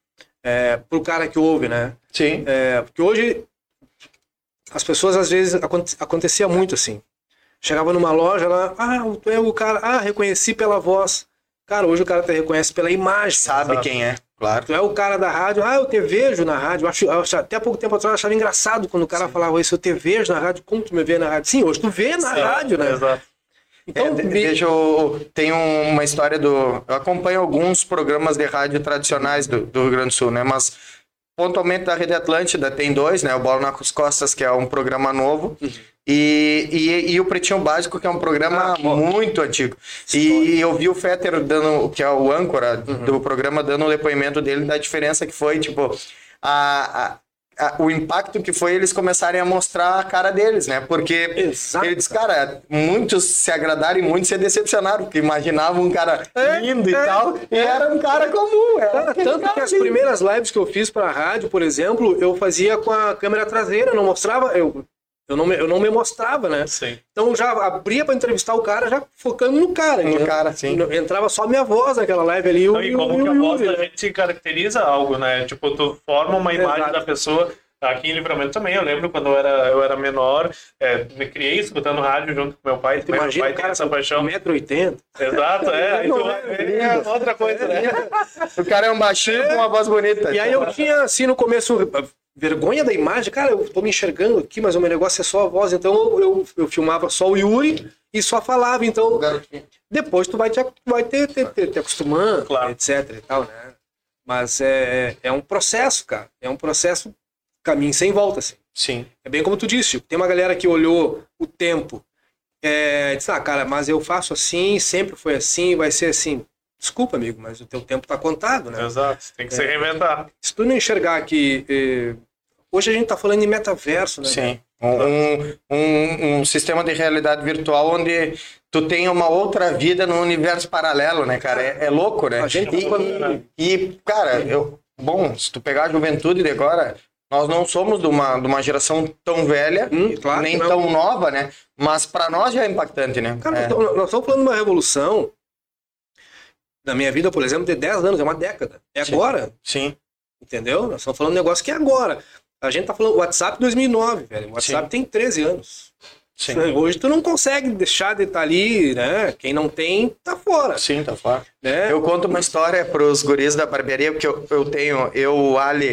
É, pro cara que ouve, né? Sim. É, porque hoje as pessoas às vezes aconte- acontecia muito assim. Chegava numa loja lá, ah, tu é o cara, ah, reconheci pela voz. Cara, hoje o cara te reconhece pela imagem. Sabe sabe? quem é, claro. Tu é o cara da rádio, ah, eu te vejo na rádio. Eu acho, eu acho- até há pouco tempo atrás eu achava engraçado quando o cara falava isso, eu te vejo na rádio, como tu me vê na rádio? Sim, hoje tu vê na Sim, rádio, né? Exato. Então, É, de- me- vejo, tem um- uma história do... Eu acompanho alguns programas de rádio tradicionais do, do Rio Grande do Sul, né? Mas, pontualmente da Rede Atlântida, tem dois, né? O Bola nas Costas, que é um programa novo, e, e, e o Pretinho Básico, que é um programa Ah, bom. muito antigo. E eu vi o Fetter, dando, que é o âncora do programa, dando o depoimento dele da diferença que foi, tipo... a, a a- o impacto que foi eles começarem a mostrar a cara deles, né? Porque Exato. ele diz, cara, muitos se agradaram e muitos se decepcionaram, porque imaginavam um cara É, lindo e é, tal, e era um cara comum. Era Cara, aquele tanto cara que as lindo. primeiras lives que eu fiz pra rádio, por exemplo, eu fazia com a câmera traseira, não mostrava, eu, eu, não, me, eu não me mostrava, né? Sim. Então eu já abria pra entrevistar o cara, já focando no cara. No entendeu? cara, sim. Entrava só minha voz naquela live ali. Então, o, e o, como o, que a o voz Yuri, da né? gente caracteriza algo, né? Tipo, tu forma uma imagem Exato. da pessoa. Aqui em Livramento também, eu lembro quando eu era, eu era menor, é, me criei escutando rádio junto com meu pai. Tu Também meu imagina pai o tem cara essa com paixão. um metro e oitenta. Exato, é. Aí tu vai ver é outra coisa, né? O cara é um baixinho com uma voz bonita. E aí eu tinha, assim, no começo, vergonha da imagem. Cara, eu tô me enxergando aqui, mas o meu negócio é só a voz. Então eu, eu, eu filmava só o Yuri e só falava. Então depois tu vai te, tu vai te, te, te, te acostumando, Claro. etc e tal, né? Mas é, é um processo, cara. É um processo, caminho sem volta, assim. Sim. É bem como tu disse, tem uma galera que olhou o tempo, é, disse, ah, cara, mas eu faço assim, sempre foi assim, vai ser assim. Desculpa, amigo, mas o teu tempo tá contado, né? Exato, tem que É. se reinventar. Se tu não enxergar que... eh, hoje a gente tá falando em metaverso, né? Sim. Um, um, um sistema de realidade virtual onde tu tem uma outra vida num universo paralelo, né, cara? É, é louco, né? A gente- E, e, e, cara, eu, bom, se tu pegar a juventude de agora, nós não somos de uma, de uma geração tão velha, Hum, claro nem que não. tão nova, né? Mas pra nós já é impactante, né? Cara, É. nós, nós estamos falando de uma revolução, na minha vida, por exemplo, de dez anos, é uma década. É Sim. agora, Sim, entendeu? Nós estamos falando de um negócio que é agora. A gente tá falando WhatsApp dois mil e nove, velho. O WhatsApp Sim. tem treze anos. sim. Hoje tu não consegue deixar de estar ali, né? Quem não tem, tá fora. Sim, tá fora. Né? Eu conto uma história pros guris da barbearia, porque eu, eu tenho, eu, o Ali,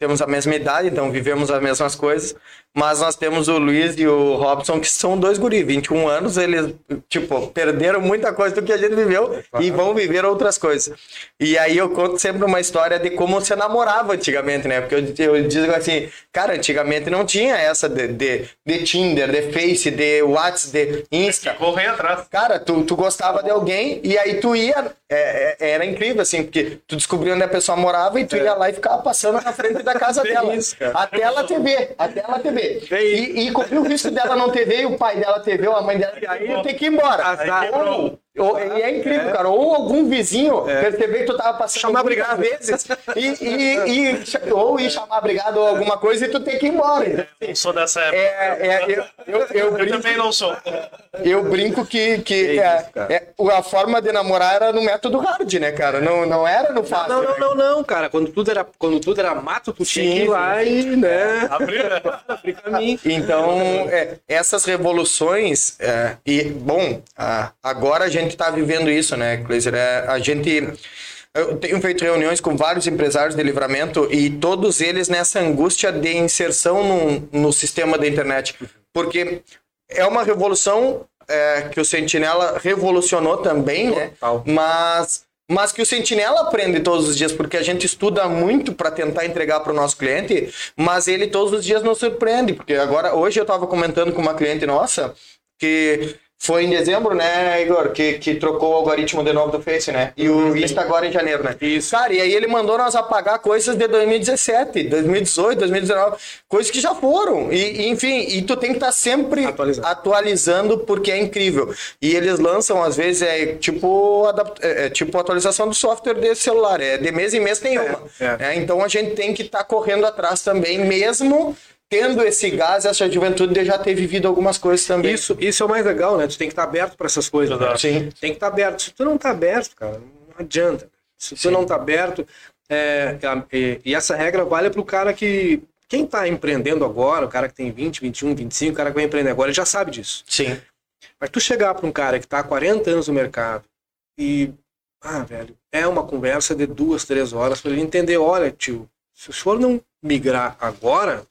temos a mesma idade, então vivemos as mesmas coisas, mas nós temos o Luiz e o Robson, que são dois guri, vinte e um anos, eles, tipo, perderam muita coisa do que a gente viveu e vão viver outras coisas. E aí eu conto sempre uma história de como você namorava antigamente, né? Porque eu, eu digo assim, cara, antigamente não tinha essa de, de, de Tinder, de Face, de WhatsApp, de Insta. Correr atrás. Cara, tu, tu gostava de alguém e aí tu ia, é, é, era incrível, assim, porque tu descobria onde a pessoa morava e tu ia lá e ficava passando na frente da casa dela. isso, cara. Até ela T V, até ela T V. E, e corria o risco dela não T V, e o pai dela T V, ou a mãe dela T V, aí eu ter que ir embora. Ou, ou, e é incrível, É. cara. Ou algum vizinho perceber que tu tava passando Chamar muitas brigada. vezes e, e, e, ou ir chamar brigado ou alguma coisa e tu ter que ir embora. Eu sou dessa época. É, é, eu, eu, eu, Eu brinco, também não sou. eu brinco que, que É é, isso, cara. é, a forma de namorar era no método hard, né, cara? Não, não era no fácil. Não, não, né? não, não, cara. Quando tudo era, quando tudo era mato, tu tinha que ir Sim, lá e, né, Abriu, né? abrir caminho. Então, é, essas revoluções, é, e, bom, a- agora a gente está vivendo isso, né, Kleiser? É, a gente. Eu tenho feito reuniões com vários empresários de livramento e todos eles nessa angústia de inserção no, no sistema da internet. Porque é uma revolução é, que o Sentinela revolucionou também, né? Total. Mas, mas que o Sentinela aprende todos os dias, porque a gente estuda muito para tentar entregar para o nosso cliente, mas ele todos os dias nos surpreende. Porque agora, hoje eu estava comentando com uma cliente nossa que foi em dezembro, né, Igor, que, que trocou o algoritmo de novo do Face, né? E o Insta agora em janeiro, né? Isso. Cara, e aí ele mandou nós apagar coisas de dois mil e dezessete, dois mil e dezoito, dois mil e dezenove, coisas que já foram. E, e, enfim, e tu tem que estar sempre Atualizando. atualizando porque é incrível. E eles lançam, às vezes, é tipo, adapt... é, é tipo atualização do software desse celular. É de mês em mês tem uma. é. É, então a gente tem que estar correndo atrás também, mesmo tendo esse gás, essa juventude de já ter vivido algumas coisas também. Isso, isso é o mais legal, né? Tu tem que estar aberto para essas coisas. Né? Sim. Tem que estar aberto. Se tu não tá aberto, cara, não adianta. Se tu Sim. não tá aberto, é, e, e essa regra vale pro cara que... Quem tá empreendendo agora, o cara que tem vinte, vinte e um, vinte e cinco, o cara que vai empreender agora, ele já sabe disso. Sim. Mas tu chegar para um cara que tá há quarenta anos no mercado e... Ah, velho, é uma conversa de duas, três horas para ele entender, olha, tio, se o senhor não migrar agora...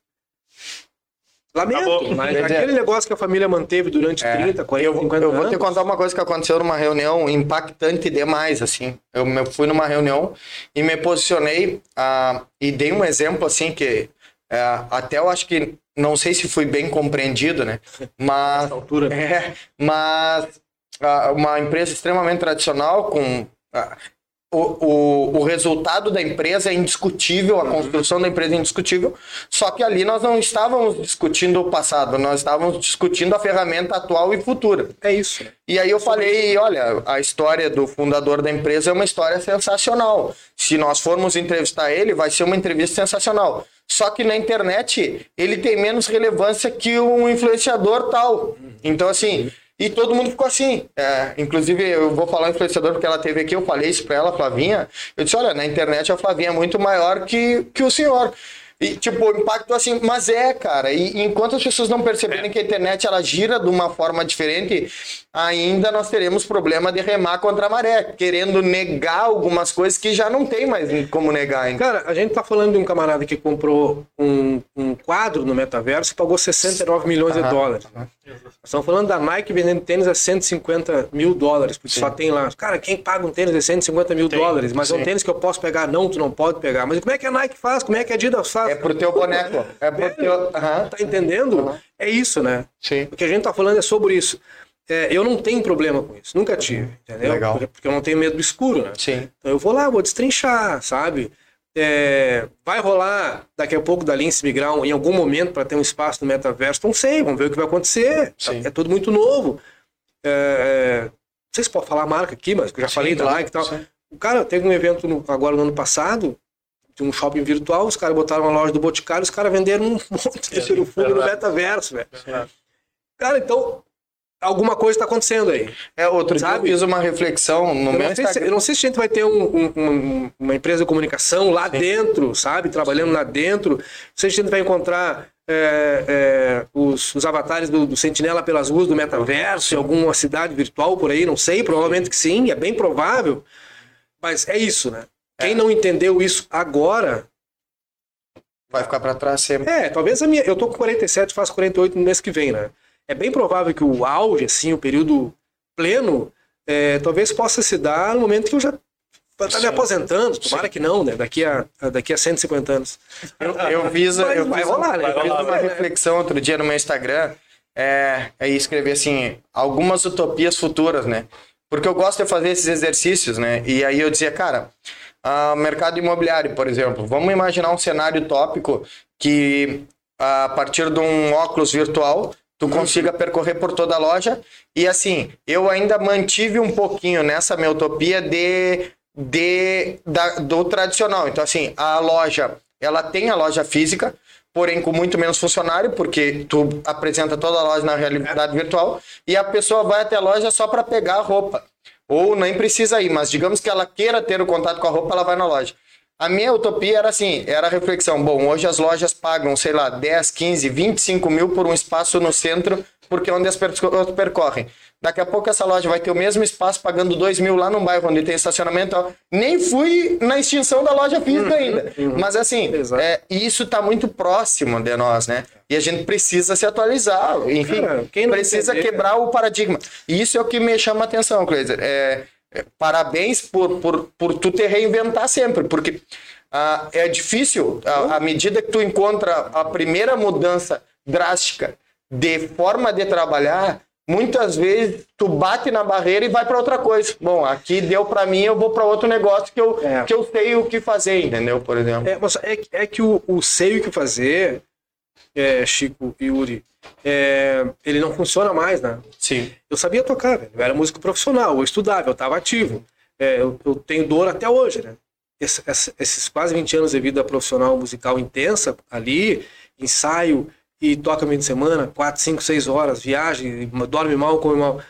Lamento, Acabou. mas Quer dizer, aquele negócio que a família manteve durante É, trinta, quarenta, eu, cinquenta eu vou anos... te contar uma coisa que aconteceu numa reunião impactante demais, assim. Eu me- fui numa reunião e me posicionei ah, e dei um exemplo, assim, que é, até eu acho que, não sei se fui bem compreendido, né? Mas, Nessa altura, né? é, mas ah, uma empresa extremamente tradicional com... ah, O, o, o resultado da empresa é indiscutível, a construção da empresa é indiscutível, só que ali nós não estávamos discutindo o passado, nós estávamos discutindo a ferramenta atual e futura. É isso. né? E aí eu falei, olha, a história do fundador da empresa é uma história sensacional. Se nós formos entrevistar ele, vai ser uma entrevista sensacional. Só que na internet ele tem menos relevância que um influenciador tal. Então, assim... E todo mundo ficou assim. É, inclusive, eu vou falar influenciador porque ela teve aqui, eu falei isso pra ela, Flavinha. Eu disse, olha, na internet a Flavinha é muito maior que, que o senhor. E, tipo, o impacto assim, mas é, cara. E enquanto as pessoas não perceberem que a internet ela gira de uma forma diferente, ainda nós teremos problema de remar contra a maré, querendo negar algumas coisas que já não tem mais como negar ainda. Cara, a gente tá falando de um camarada que comprou um, um quadro no metaverso e pagou sessenta e nove milhões de Aham. dólares. Nós estamos falando da Nike vendendo tênis a cento e cinquenta mil dólares, porque só tem lá. Cara, quem paga um tênis de cento e cinquenta mil Tem, dólares? Mas é um sim. tênis que eu posso pegar? Não, tu não pode pegar. Mas como é que a Nike faz? Como é que a Adidas faz? É pro teu boneco. É pro teu... Aham. Tá entendendo? Uhum. É isso, né? Sim. O que a gente tá falando é sobre isso. É, eu não tenho problema com isso. Nunca tive, entendeu? Legal. Porque, porque eu não tenho medo do escuro, né? Sim. Então eu vou lá, vou destrinchar, sabe? É, vai rolar daqui a pouco da Lince migrar em algum momento para ter um espaço no metaverso? Não sei, vamos ver o que vai acontecer. Sim. É tudo muito novo. É, não sei se pode falar a marca aqui, mas eu já Sim, falei da tá. Nike e tal. Sim. O cara teve um evento no- agora no ano passado, de um shopping virtual, os caras botaram uma loja do Boticário, os caras venderam um monte de tiro fogo no verdade. metaverso, velho. Cara, então alguma coisa está acontecendo aí. É, outro Sabe? dia eu fiz uma reflexão no Eu meu não, sei se, Instagram. eu não sei se a gente vai ter um- um- um- uma empresa de comunicação lá dentro, sabe? Trabalhando lá dentro. Não sei se a gente vai encontrar é, é, os, os avatares do, do Sentinela pelas ruas do metaverso, em alguma cidade virtual por aí, não sei. Provavelmente que sim, é bem provável. Mas é isso, né? Quem não entendeu isso agora Vai ficar para trás sempre. É, talvez a minha. Eu tô com quarenta e sete, faço quarenta e oito no mês que vem, né? É bem provável que o auge, assim, o período pleno, é, talvez possa se dar no momento que eu já tá me aposentando. Tomara que não, né? Daqui a, daqui a cento e cinquenta anos. Eu, eu fiz, Mas eu vai fiz, rolar, né? eu Vai fiz rolar, uma né? reflexão outro dia no meu Instagram. É, aí escrevi assim, algumas utopias futuras, né? Porque eu gosto de fazer esses exercícios, né? E aí eu dizia, cara, ah, mercado imobiliário, por exemplo, vamos imaginar um cenário utópico que a partir de um óculos virtual tu consiga percorrer por toda a loja. E assim, eu ainda mantive um pouquinho nessa minha utopia de, de, da, do tradicional. Então assim, a loja, ela tem a loja física, porém com muito menos funcionário, porque tu apresenta toda a loja na realidade virtual e a pessoa vai até a loja só para pegar a roupa. Ou nem precisa ir, mas digamos que ela queira ter o contato com a roupa, ela vai na loja. A minha utopia era assim, era a reflexão. Bom, hoje as lojas pagam, sei lá, dez, quinze, vinte e cinco mil por um espaço no centro, porque é onde as pessoas percorrem. Daqui a pouco essa loja vai ter o mesmo espaço pagando dois mil lá num bairro onde tem estacionamento. Ó. Nem fui na extinção da loja física ainda. Mas assim, é, isso está muito próximo de nós, né? E a gente precisa se atualizar. Enfim, Cara, quem não precisa entender, quebrar o paradigma. E isso é o que me chama a atenção, Cleiser. É, é, parabéns por, por, por tu te reinventar sempre, porque ah, é difícil, à medida que tu encontra a primeira mudança drástica de forma de trabalhar, muitas vezes tu bate na barreira e vai para outra coisa. Bom, aqui deu para mim, eu vou para outro negócio que eu, É. que eu sei o que fazer, entendeu? Por exemplo. É, mas é, que- é que o, o sei o que fazer, é, Chico e Yuri, é, ele não funciona mais, né? Sim. Eu sabia tocar, velho. Eu era músico profissional, eu estudava, eu estava ativo. É, eu, eu tenho dor até hoje, né? Esse- esse- esses quase vinte anos de vida profissional musical intensa ali, ensaio e toca meio de semana, quatro, cinco, seis horas, viagem, dorme mal, come mal.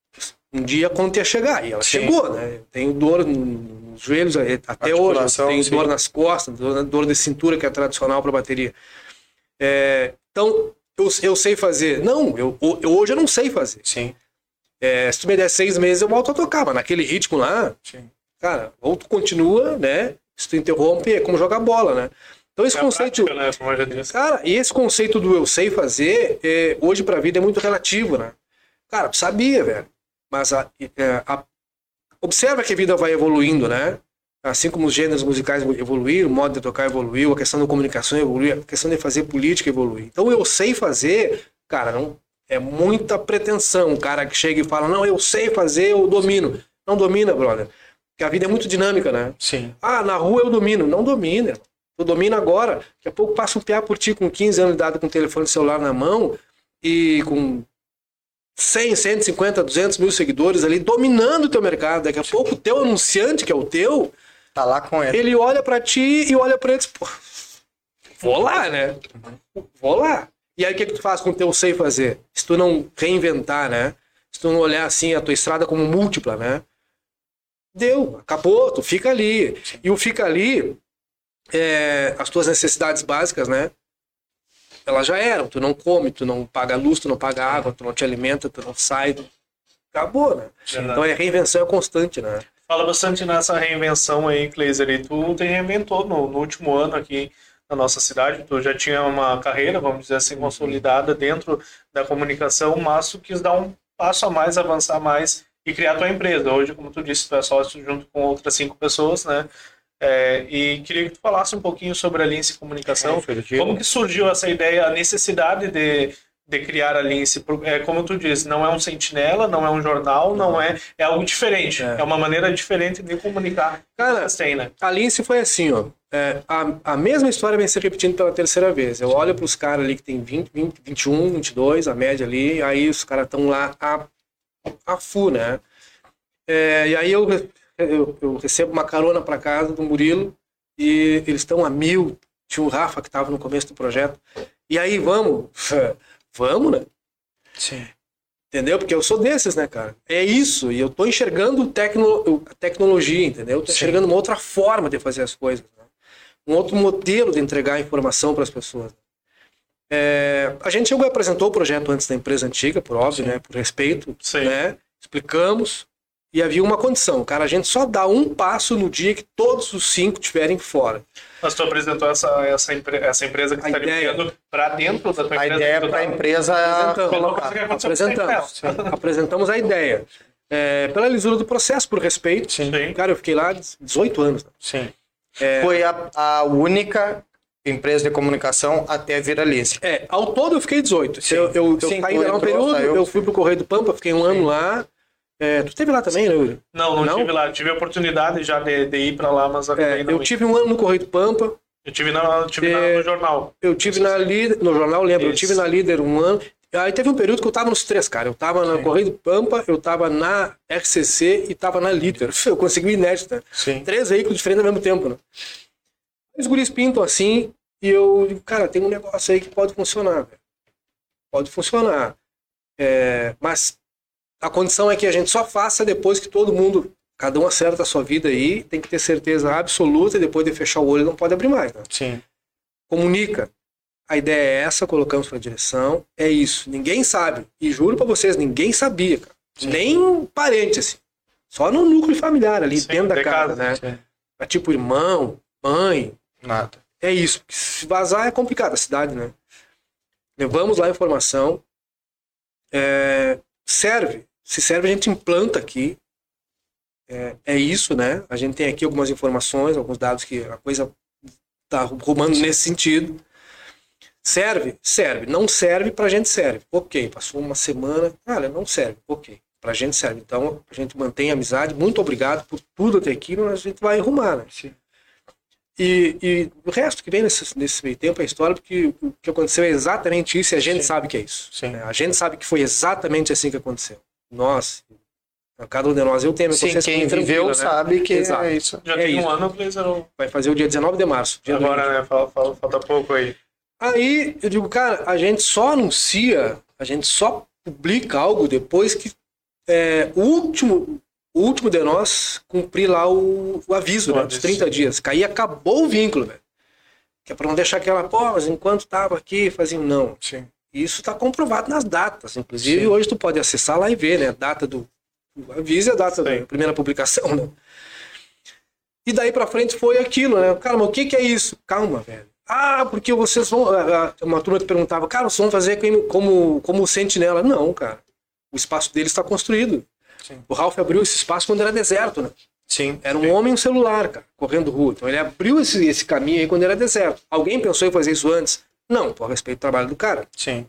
Um dia a conta ia chegar, e ela Sim. chegou, né? Eu tenho dor nos joelhos até hoje, Articulação, tenho sim. dor nas costas, dor, dor de cintura, que é tradicional para bateria. É, então, eu, eu sei fazer. Não, eu, eu, hoje eu não sei fazer. Sim. É, se tu me der seis meses, eu volto a tocar, mas naquele ritmo lá, Sim. cara, ou tu continua, né? Se tu interrompe, é como jogar bola, né? Então esse É a conceito... prática, né? Como eu já disse. Cara, e esse conceito do eu sei fazer, é, hoje pra vida é muito relativo, né? Cara, tu sabia, velho. Mas a, é, a- observa que a vida vai evoluindo, né? Assim como os gêneros musicais evoluíram, o modo de tocar evoluiu, a questão da comunicação evoluiu, a questão de fazer política evoluiu. Então eu sei fazer, cara, não é muita pretensão. Um cara que chega e fala, não, eu sei fazer, eu domino. Não domina, brother. Porque a vida é muito dinâmica, né? Sim. Ah, na rua eu domino. Não domina. Tu domina agora. Daqui a pouco passa um piá por ti com quinze anos de idade com o telefone celular na mão e com cem, cento e cinquenta, duzentos mil seguidores ali dominando o teu mercado. Daqui a pouco o teu anunciante, que é o teu, Tá lá com ele. ele olha pra ti e olha pra ele e diz, pô, vou lá, né? Vou lá. E aí o que, que tu faz com o teu sei fazer? Se tu não reinventar, né? Se tu não olhar assim a tua estrada como múltipla, né? Deu, acabou, tu fica ali. E o fica ali, é, as tuas necessidades básicas, né? Elas já eram. Tu não come, tu não paga luz, tu não paga água, tu não te alimenta, tu não sai. Tu... Acabou, né? Verdade. Então é reinvenção é constante, né? Fala bastante nessa reinvenção aí, Cleiser, e tu te reinventou no, no último ano aqui na nossa cidade. Tu já tinha uma carreira, vamos dizer assim, consolidada dentro da comunicação, mas tu quis dar um passo a mais, avançar mais e criar tua empresa. Hoje, como tu disse, tu é sócio junto com outras cinco pessoas, né? É, e queria que tu falasse um pouquinho sobre a Lince Comunicação. É, Como que surgiu essa ideia, a necessidade de, de criar a Lince? É, como tu disse, não é um sentinela, não é um jornal, não é, é algo diferente. É, É. uma maneira diferente de comunicar. Cara, Vocês têm, né? A Lince foi assim, ó. É, a, a mesma história vem se repetindo pela terceira vez. Eu olho pros caras ali que tem vinte, vinte, vinte e um, vinte e dois, a média ali, aí os caras estão lá a, a full, né? É, e aí eu, eu, eu recebo uma carona para casa do Murilo e eles estão a mil. Tinha o Rafa que estava no começo do projeto. E aí, vamos? Vamos, né? Sim. Entendeu? Porque eu sou desses, né, cara? É isso. E eu tô enxergando tecno... a tecnologia, entendeu? Eu tô Sim. enxergando uma outra forma de fazer as coisas. Né? Um outro modelo de entregar a informação para as pessoas. É, a gente chegou e apresentou o projeto antes da empresa antiga, por óbvio, Sim. né? Por respeito, Sim. né? Explicamos. E havia uma condição, cara, a gente só dá um passo no dia que todos os cinco estiverem fora. Mas tu apresentou essa, essa, empre- essa empresa que A está ideia. ligando para dentro da tua A empresa. ideia que tu para a tá- empresa Apresentamos. colocar. Que aconteceu com Apresentamos. essa Apresentamos a ideia. É, pela lisura do processo, por respeito. Sim. Sim. Cara, eu fiquei lá dezoito anos. Né? Sim. É. Foi a, a única empresa de comunicação até vir a Lince. É, ao todo eu fiquei dezoito. Sim. Eu, eu, eu Sim, saí tu lá um entrou, período, saiu. eu fui pro Correio do Pampa, fiquei um ano lá. É, tu esteve lá também, né, Yuri? Não, não, Não? tive lá. Tive a oportunidade já de, de ir para lá, mas acabei É, não eu indo. tive um ano no Correio do Pampa, Eu tive, na, tive na- É, no jornal. eu tive na Líder, no jornal, lembro, eu Isso. tive na Líder um ano. Aí teve um período que eu tava nos três, cara. Eu tava no Correio do Pampa, eu tava na R C C e tava na Líder. Eu consegui inédita. Sim. Três veículos diferentes ao mesmo tempo, né? Os guris pintam assim e eu digo, cara, tem um negócio aí que pode funcionar, velho. Pode funcionar. É, mas a condição é que a gente só faça depois que todo mundo, cada um acerta a sua vida aí, tem que ter certeza absoluta e depois de fechar o olho não pode abrir mais, né? Sim. Comunica. A ideia é essa, colocamos para direção, é isso. Ninguém sabe. E juro para vocês, ninguém sabia, cara. Nem um parente, assim. Só no núcleo familiar ali, Sim, dentro da de casa, casa, né? sim. É tipo irmão, mãe, Nada. é isso. Porque se vazar é complicado a cidade, né? Levamos lá a informação. É, serve. Se serve, a gente implanta aqui. É, é isso, né? A gente tem aqui algumas informações, alguns dados que a coisa tá rumando nesse sentido. Serve? Serve. Não serve, pra gente serve. Ok, passou uma semana. Cara, não serve. Ok, pra gente serve. Então, a gente mantém a amizade. Muito obrigado por tudo até aqui, mas a gente vai arrumar, né? Sim. E, e o resto que vem nesse, nesse meio tempo é história, porque o que aconteceu é exatamente isso e a gente Sim. sabe que é isso. Sim. né? A gente sabe que foi exatamente assim que aconteceu. Nós, cada um de nós, eu tenho a minha Sim, consciência quem muito viveu tranquila, né? sabe que Exato. é isso. Já É tem isso. um ano, Blazer. eu- Vai fazer o dia dezenove de março. Dia do índio. Agora, né? Falta, falta, falta pouco aí. Aí eu digo, cara, a gente só anuncia, a gente só publica algo depois que é, o último o último de nós cumprir lá o, o aviso, O né, dos aviso. trinta dias. Que aí acabou o vínculo, velho. Que é pra não deixar aquela, pô, mas enquanto tava aqui, fazia não. Sim. Isso tá comprovado nas datas. Inclusive, Sim. hoje tu pode acessar lá e ver, né? A data do, do aviso e a data Sim. da primeira publicação, né? E daí pra frente foi aquilo, né? Cara, mas o que que é isso? Calma, velho. Ah, porque vocês vão... ah, ah, Uma turma que perguntava, cara, vocês vão fazer como, como, como o Sentinela? Não, cara. O espaço deles está construído. Sim. O Ralph abriu esse espaço quando era deserto, né? Sim. Era um homem e um celular, cara, correndo rua. Então ele abriu esse, esse caminho aí quando era deserto. Alguém pensou em fazer isso antes? Não, por respeito ao trabalho do cara. Sim.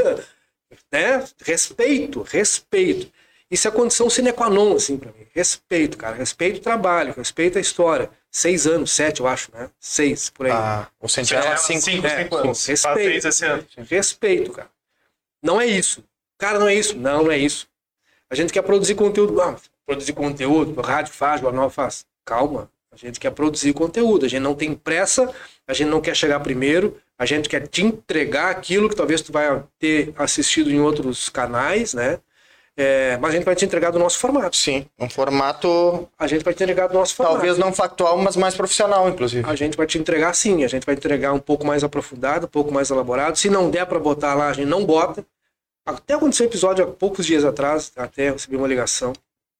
né? Respeito, respeito. Isso é a condição sine qua non, assim, pra mim. Respeito, cara. Respeito o trabalho, respeito a história. Seis anos, sete, eu acho, né? Seis, por aí. Ah, o Sentinela É, cinco. cinco, é, cinco anos. respeito. Faz seis esse ano. Respeito, cara. Não é isso. Cara, não é isso. Não, não é isso. A gente quer produzir conteúdo. Ah, produzir conteúdo, rádio faz, jornal faz. Calma. A gente quer produzir conteúdo. A gente não tem pressa, a gente não quer chegar primeiro, a gente quer te entregar aquilo que talvez tu vai ter assistido em outros canais, né? É, mas a gente vai te entregar do nosso formato. Sim. Um formato A gente vai te entregar do nosso formato. talvez não factual, mas mais profissional, inclusive. A gente vai te entregar sim, a gente vai entregar um pouco mais aprofundado, um pouco mais elaborado. Se não der para botar lá, a gente não bota. Até aconteceu um episódio há poucos dias atrás, até eu recebi uma ligação.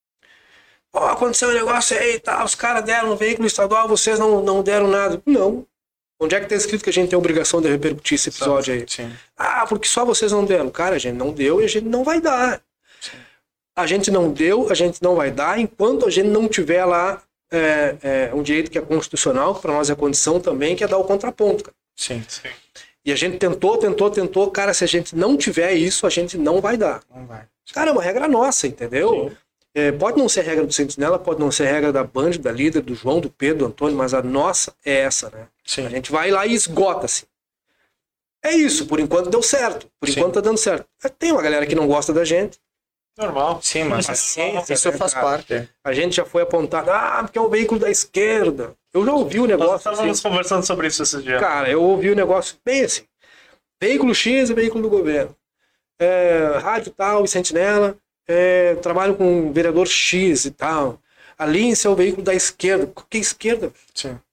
Ó, aconteceu um negócio aí e tal, os caras deram no veículo estadual, vocês não, não deram nada. Não. Onde é que tá escrito que a gente tem a obrigação de repercutir esse episódio aí? Sim. Ah, porque só vocês não deram. Cara, a gente não deu e a gente não vai dar. A gente não deu, a gente não vai dar, enquanto a gente não tiver lá é, é, um direito que é constitucional, que para nós é condição também, que é dar o contraponto, cara. Sim. Sim. E a gente tentou, tentou, tentou. Cara, se a gente não tiver isso, a gente não vai dar. Não vai. Cara, é uma regra nossa, entendeu? É, pode não ser regra do Sentinela, pode não ser regra da Band, da Líder, do João, do Pedro, do Antônio, mas a nossa é essa, né? Sim. A gente vai lá e esgota, assim. É isso, por enquanto deu certo. Por Sim. enquanto tá dando certo. Tem uma galera que não gosta da gente. Normal. Sim, mas Paciência, isso né, faz cara? parte. é. A gente já foi apontado, ah, porque é um veículo da esquerda. Eu já ouvi o Nós negócio estávamos assim. conversando sobre isso esses dias. Cara, eu ouvi o negócio bem assim. Veículo X é veículo do governo. É, rádio tal e Sentinela, é, trabalho com o vereador X e tal. A Lince é o veículo da esquerda. Que esquerda? Sim.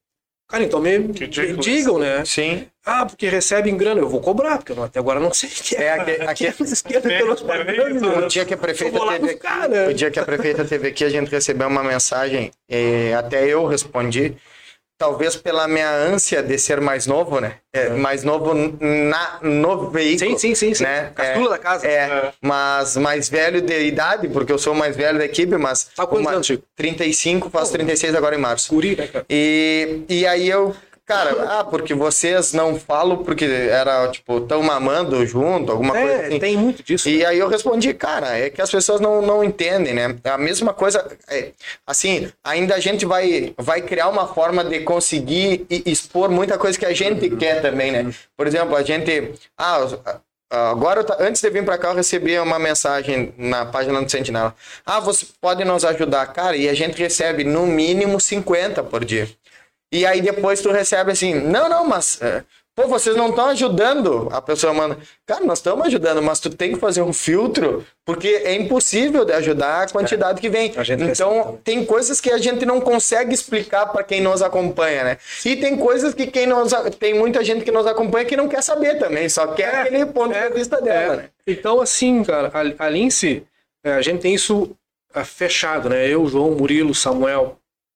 Cara, então me, Que me digo digam, né? Sim. Ah, porque recebem grana, eu vou cobrar, porque eu não- até agora não sei o que É, aqui, aqui, esquerda que nós pagamos, o né? dia que a prefeita Eu vou lá teve buscar, aqui, né? o dia que a prefeita teve aqui, a gente recebeu uma mensagem, e até eu respondi, talvez pela minha ânsia de ser mais novo, né? É, mais novo na, no veículo. Sim, sim, sim, sim. Né? Caçula é, da casa. É, mas mais velho de idade, porque eu sou o mais velho da equipe, mas... Tá quantos uma- anos, Chico? trinta e cinco, faço trinta e seis agora em março. Guri, né, cara? E, e aí eu, cara, ah, porque vocês não falam porque era, tipo, tão mamando junto, alguma coisa É, assim. tem muito disso. E aí eu respondi, cara, é que as pessoas não, não entendem, né? É a mesma coisa, é, assim, ainda a gente vai, vai criar uma forma de conseguir e- expor muita coisa que a gente quer também, né? Por exemplo, a gente... Ah, os- agora, eu ta- antes de vir pra cá, eu recebi uma mensagem na página do Sentinela. Ah, você pode nos ajudar? Cara, e a gente recebe no mínimo cinquenta por dia. E aí depois tu recebe assim, não, não, mas... é, pô, vocês não estão ajudando. A pessoa manda, cara, nós estamos ajudando, mas tu tem que fazer um filtro, porque é impossível de ajudar a quantidade que vem. A gente recebe Então, também. tem coisas que a gente não consegue explicar para quem nos acompanha, né? E tem coisas que quem nos... a- tem muita gente que nos acompanha que não quer saber também, só quer aquele ponto de vista dela, É. né? Então, assim, cara, a, a Lince, é, a gente tem isso é, fechado, né? Eu, João, Murilo, Samuel,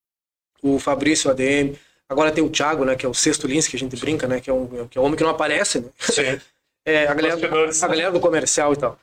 o Fabrício, A D M. Agora tem o Thiago, né? Que é o sexto Lince, que a gente brinca, né? Que é um, que é um homem que não aparece, né? Sim. É, a, galera, Bastidores. a galera do comercial e tal.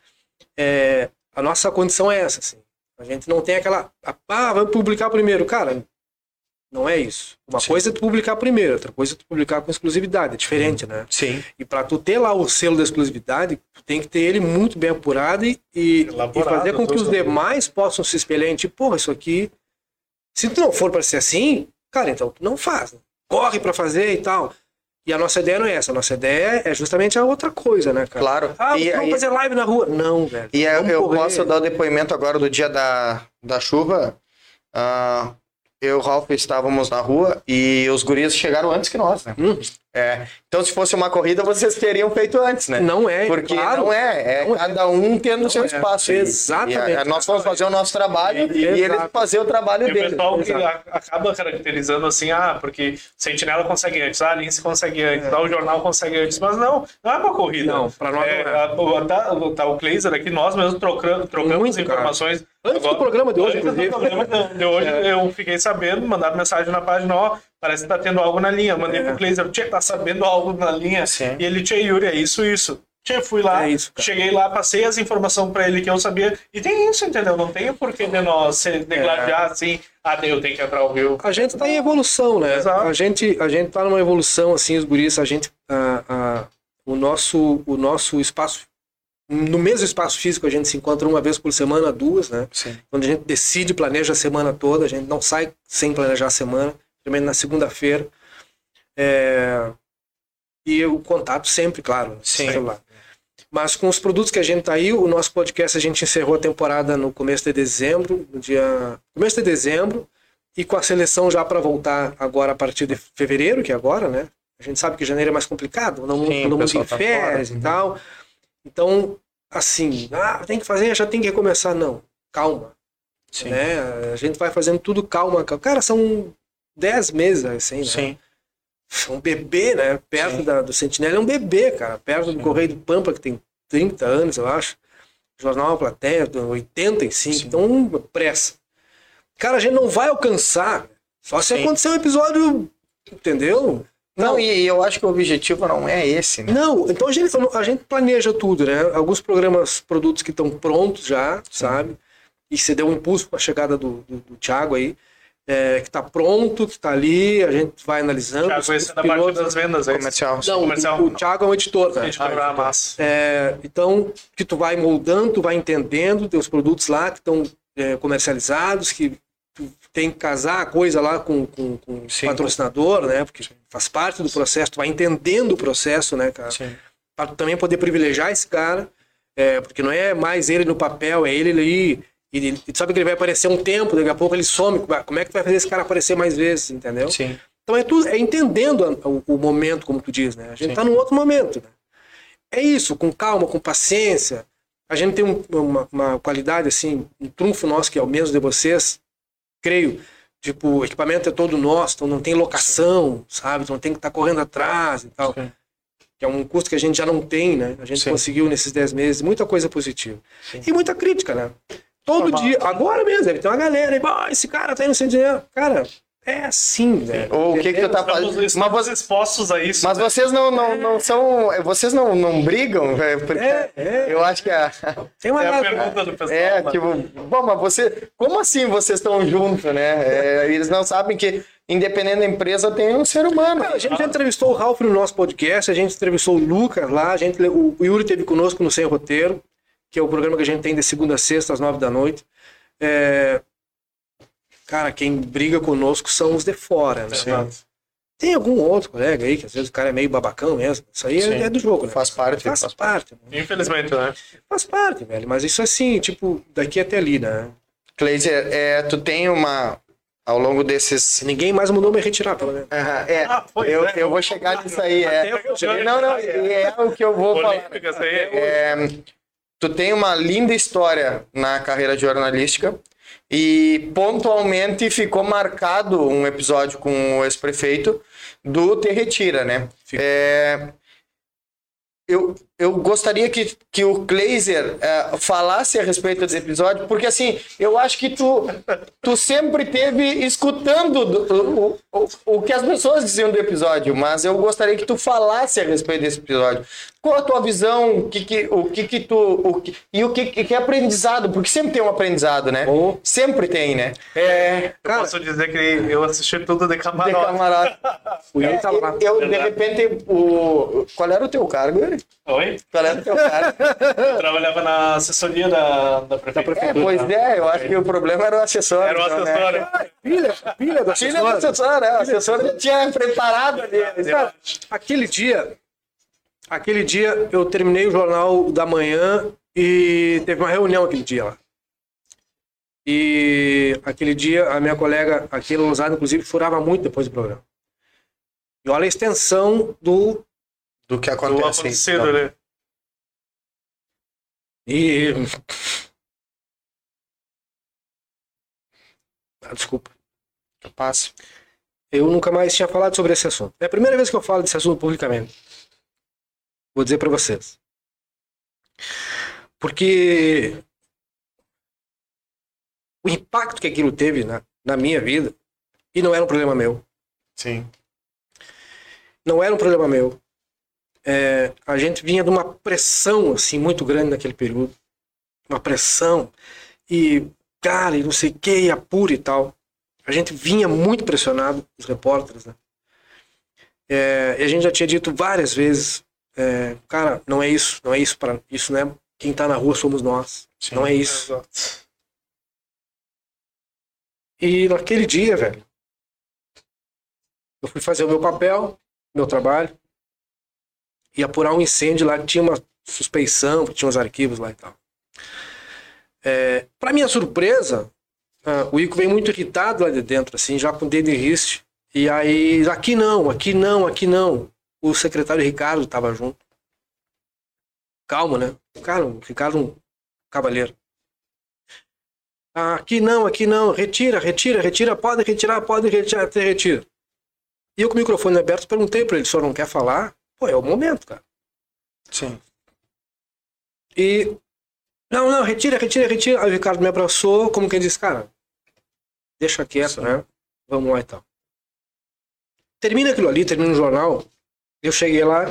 É, a nossa condição é essa, assim. A gente não tem aquela... Ah, vamos publicar primeiro. Cara, não é isso. Uma coisa é tu publicar primeiro, outra coisa é tu publicar com exclusividade. É diferente, né? Sim. E para tu ter lá o selo da exclusividade, tu tem que ter ele muito bem apurado e, e, Elaborado, e fazer com que os tudo. demais possam se espelhar em ti. Porra, isso aqui... Se tu não for para ser assim, cara, então tu não faz. Né? Corre para fazer e tal. E a nossa ideia não é essa. A nossa ideia é justamente a outra coisa, né, cara? Claro. Ah, E vamos aí- fazer live na rua. Não, velho. E eu, Vamos eu correr. posso dar o depoimento agora do dia da, da chuva. Ah, eu e o Ralf estávamos na rua e os guris chegaram antes que nós, né? Hum. É, então, se fosse uma corrida, vocês teriam feito antes, né? Não é, Porque claro. não é, é Não é. cada um tendo o seu é. espaço. E- Exatamente. E, a- nós vamos fazer o nosso trabalho e, Exato. eles fazer o trabalho E o deles. pessoal que Exato. a- acaba caracterizando assim, ah, porque Sentinela consegue antes, ah, Lince consegue antes, ah, o jornal consegue antes, mas não, não é pra corrida. Não, pra nós é, não é. a- o- Tá, tá o Kleiser aqui, nós mesmos trocando, trocamos Muito, cara. informações. Antes do programa de hoje, antes do inclusive. programa de- de hoje, eu fiquei sabendo, mandaram mensagem na página, ó, parece que tá tendo algo na linha. Mandei pro Kleiser, tchê, tá sabendo algo na linha? Sim. E ele, tchê, Yuri, é isso, isso. Tchê, fui lá, É isso, cara. cheguei lá, passei as informações pra ele que eu sabia. E tem isso, entendeu? Não tem o porquê de nós se degladiar assim, ah, eu tenho que entrar ao vivo. A gente tá em evolução, né? Exato. A gente, a gente tá numa evolução, assim, os guris, a gente... A, a, o, nosso, o nosso espaço... No mesmo espaço físico, a gente se encontra uma vez por semana, duas, né? Sim. Quando a gente decide, planeja a semana toda, a gente não sai sem planejar a semana, também na segunda-feira. É, E o contato sempre, claro, no Sim. celular. Mas com os produtos que a gente tá aí, o nosso podcast, a gente encerrou a temporada no começo de dezembro, no dia... Começo de dezembro, e com a seleção já para voltar agora a partir de fevereiro, que é agora, né? A gente sabe que janeiro é mais complicado, não Sim, todo o mundo pessoal em tá férias fora. e tal. Então, assim, ah, tem que fazer, já tem que recomeçar. Não, calma. Sim. Né? A gente vai fazendo tudo calma. calma. Cara, são dez meses, assim, né? Sim. Um bebê, né? Perto Sim. da, do Sentinela é um bebê, cara. Perto do Correio do Pampa, que tem trinta anos, eu acho. Jornal A Plateia, do oitenta e cinco. Sim. Então, pressa. Cara, a gente não vai alcançar. Só se Sim. acontecer um episódio, entendeu? Não, e eu acho que o objetivo não é esse, né? Não, então a gente, a gente planeja tudo, né? Alguns programas, produtos que estão prontos já, sabe? E você deu um impulso com a chegada do, do, do Thiago aí, é, que está pronto, que está ali, a gente vai analisando. Já os- conhece os da parte pilotos. das vendas, é isso? Comercial. Não, comercial. o, o Thiago é um editor, né? A gente programa massa. É, então, que tu vai moldando, tu vai entendendo teus produtos lá que estão é, comercializados, que tu tem que casar a coisa lá com, com, com o Sim. patrocinador, né? Porque faz parte do processo, tu vai entendendo o processo, né, cara? Sim. Para tu também poder privilegiar esse cara, é, porque não é mais ele no papel, é ele ali. E ele, e tu sabe que ele vai aparecer um tempo, daqui a pouco ele some. Como é que tu vai fazer esse cara aparecer mais vezes, entendeu? Sim. Então é tudo, é entendendo a- o, o momento, como tu diz, né? A gente Sim. tá num outro momento, né? É isso, com calma, com paciência. A gente tem um- uma, uma qualidade, assim, um trunfo nosso, que é o mesmo de vocês, creio, Tipo, o equipamento é todo nosso, então não tem locação, sabe? Então tem que estar correndo atrás e tal. Sim. Que é um custo que a gente já não tem, né? A gente Sim. conseguiu nesses dez meses muita coisa positiva. Sim. E muita crítica, né? Todo Normal. dia, agora mesmo, deve ter uma galera aí, "Ah, esse cara tá indo sem dinheiro." Cara, é assim, velho. Ou o que que tu tá Estamos, fazendo? estamos Mas, você- expostos a isso. mas vocês não, não, não são. Vocês não, não brigam, velho? Porque É, é. eu acho que a. Tem uma É a galera. pergunta do pessoal. É, né? tipo, bom, mas você. Como assim vocês estão juntos, né? É, eles não sabem que, independente da empresa, tem um ser humano. A gente já entrevistou o Ralph no nosso podcast, a gente entrevistou o Lucas lá, a gente, o Yuri esteve conosco no Sem Roteiro, que é o programa que a gente tem de segunda a sexta, às nove da noite. É... Cara, quem briga conosco são os de fora, né? Exato. Tem algum outro colega aí, que às vezes o cara é meio babacão mesmo. Isso aí Sim. é, é do jogo, né? Faz parte. Faz, faz parte. né? Infelizmente, né? Faz parte, velho. Mas isso assim, tipo, daqui até ali, né? Cleiser, é, tu tem uma. Ao longo desses. Ninguém mais mandou me retirar, pelo menos. Aham, é, Ah, pois eu, é. eu vou chegar nisso aí. É. Até eu cheguei. Não, não, é o que eu vou falar. Polêmicas aí. É, tu tem uma linda história na carreira jornalística e pontualmente ficou marcado um episódio com o ex-prefeito do Te Retira, né? É, eu, eu gostaria que, que o Cleiser é, falasse a respeito desse episódio, porque assim, eu acho que tu, tu sempre teve escutando do- o, o, o que as pessoas diziam do episódio, mas eu gostaria que tu falasse a respeito desse episódio. Qual a tua visão, o que que, o que, que tu... O que, e o que, que é aprendizado, porque sempre tem um aprendizado, né? Oh. Sempre tem, né? É, Eu posso dizer que eu assisti tudo de de camarote. camarada. O Yuri tava lá. Eu, de Verdade. repente, o... qual era o teu cargo, Yuri? Oi? Qual era o teu cargo? Eu trabalhava na assessoria da, da prefeitura. É, pois é, eu acho que o problema era o assessor. Era o então, né? assessor. né? Filha, filha da Filha do assessor, né? O assessor já tinha preparado ali. Cara, aquele dia, aquele dia eu terminei o Jornal da Manhã e teve uma reunião aquele dia lá. E aquele dia a minha colega, aqui Lousada, inclusive, chorava muito depois do programa. E olha a extensão do... Do que Do acontece. acontecido, né? E... Ah, desculpa. Passa. Eu nunca mais tinha falado sobre esse assunto. É a primeira vez que eu falo desse assunto publicamente. Vou dizer pra vocês. Porque o impacto que aquilo teve na, na minha vida, e não era um problema meu. Sim. Não era um problema meu. É, a gente vinha de uma pressão assim muito grande naquele período. Uma pressão. E, cara, e não sei o que, e apura e tal. A gente vinha muito pressionado, os repórteres, né? É, e a gente já tinha dito várias vezes, é, cara, não é isso, não é isso para isso, não é quem tá na rua somos nós. Sim. Não é isso. Exato. E naquele dia, velho, eu fui fazer o meu papel, meu trabalho, e apurar um incêndio lá que tinha uma suspeição, que tinha uns arquivos lá e tal. É, para minha surpresa, ah, o Ico veio muito irritado lá de dentro, assim, já com o dedo em riste. E aí, aqui não, aqui não, aqui não. O secretário Ricardo estava junto. Calma, né? Cara, o Ricardo é um cavaleiro. Ah, aqui não, aqui não, retira, retira, retira, pode retirar, pode retirar, até retira. E eu com o microfone aberto perguntei para ele, o senhor não quer falar? Pô, é o momento, cara. Sim. E, não, não, retira, retira, retira. Aí o Ricardo me abraçou, como quem disse, cara, deixa quieto, Sim. né? Vamos lá e tal. Termina aquilo ali, termina o jornal. Eu cheguei lá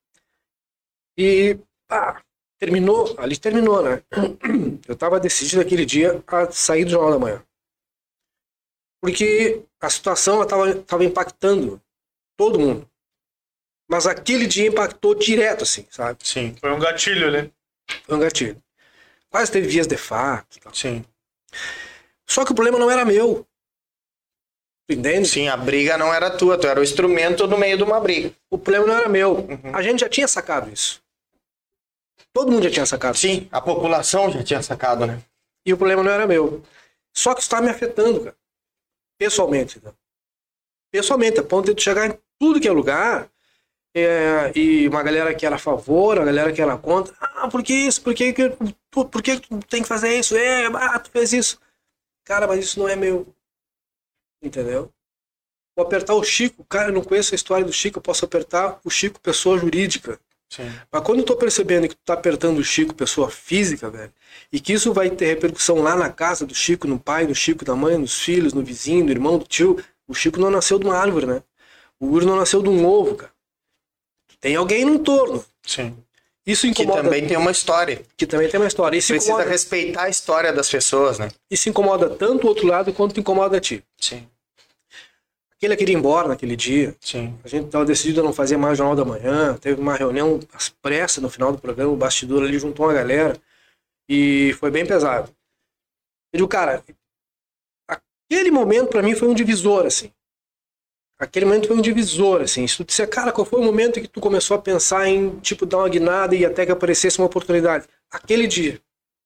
e, pá, terminou, ali terminou, né? Eu tava decidido aquele dia a sair do Jornal da Manhã. Porque a situação ela tava, tava impactando todo mundo. Mas aquele dia impactou direto, assim, sabe? Sim. Foi um gatilho, né? Foi um gatilho. Quase teve vias de fato e tal. Sim. Só que o problema não era meu. Tu entende? Sim, a briga não era tua, tu era o instrumento no meio de uma briga. O problema não era meu. Uhum. A gente já tinha sacado isso. Todo mundo já tinha sacado. Sim, a população já tinha sacado, né? E o problema não era meu. Só que isso tá me afetando, cara. Pessoalmente. Então. Pessoalmente, a ponto de tu chegar em tudo que é lugar é, e uma galera que era a favor, a galera que era contra. Ah, por que isso? Por que, que, tu, por que tu tem que fazer isso? É, ah, tu fez isso. Cara, mas isso não é meu. entendeu? Vou apertar o Chico, cara, eu não conheço a história do Chico, eu posso apertar o Chico, pessoa jurídica. Sim. Mas quando eu tô percebendo que tu tá apertando o Chico, pessoa física, velho, e que isso vai ter repercussão lá na casa do Chico, no pai do Chico, da mãe, nos filhos, no vizinho, no irmão, do tio, o Chico não nasceu de uma árvore, né? O Uri não nasceu de um ovo, cara. Tem alguém no entorno. Sim. Isso Que incomoda. também tem uma história. Que também tem uma história. Isso Precisa incomoda, respeitar a história das pessoas, né? isso incomoda tanto o outro lado quanto incomoda a ti. Sim. Aquele queria ir embora naquele dia. Sim. A gente estava decidido a não fazer mais Jornal da Manhã. Teve uma reunião às pressas no final do programa. O bastidor ali juntou uma galera. E foi bem pesado. Eu digo, cara, aquele momento pra mim foi um divisor, assim. Aquele momento foi um divisor, assim. Se tu disser, cara, qual foi o momento em que tu começou a pensar em, tipo, dar uma guinada e até que aparecesse uma oportunidade? Aquele dia.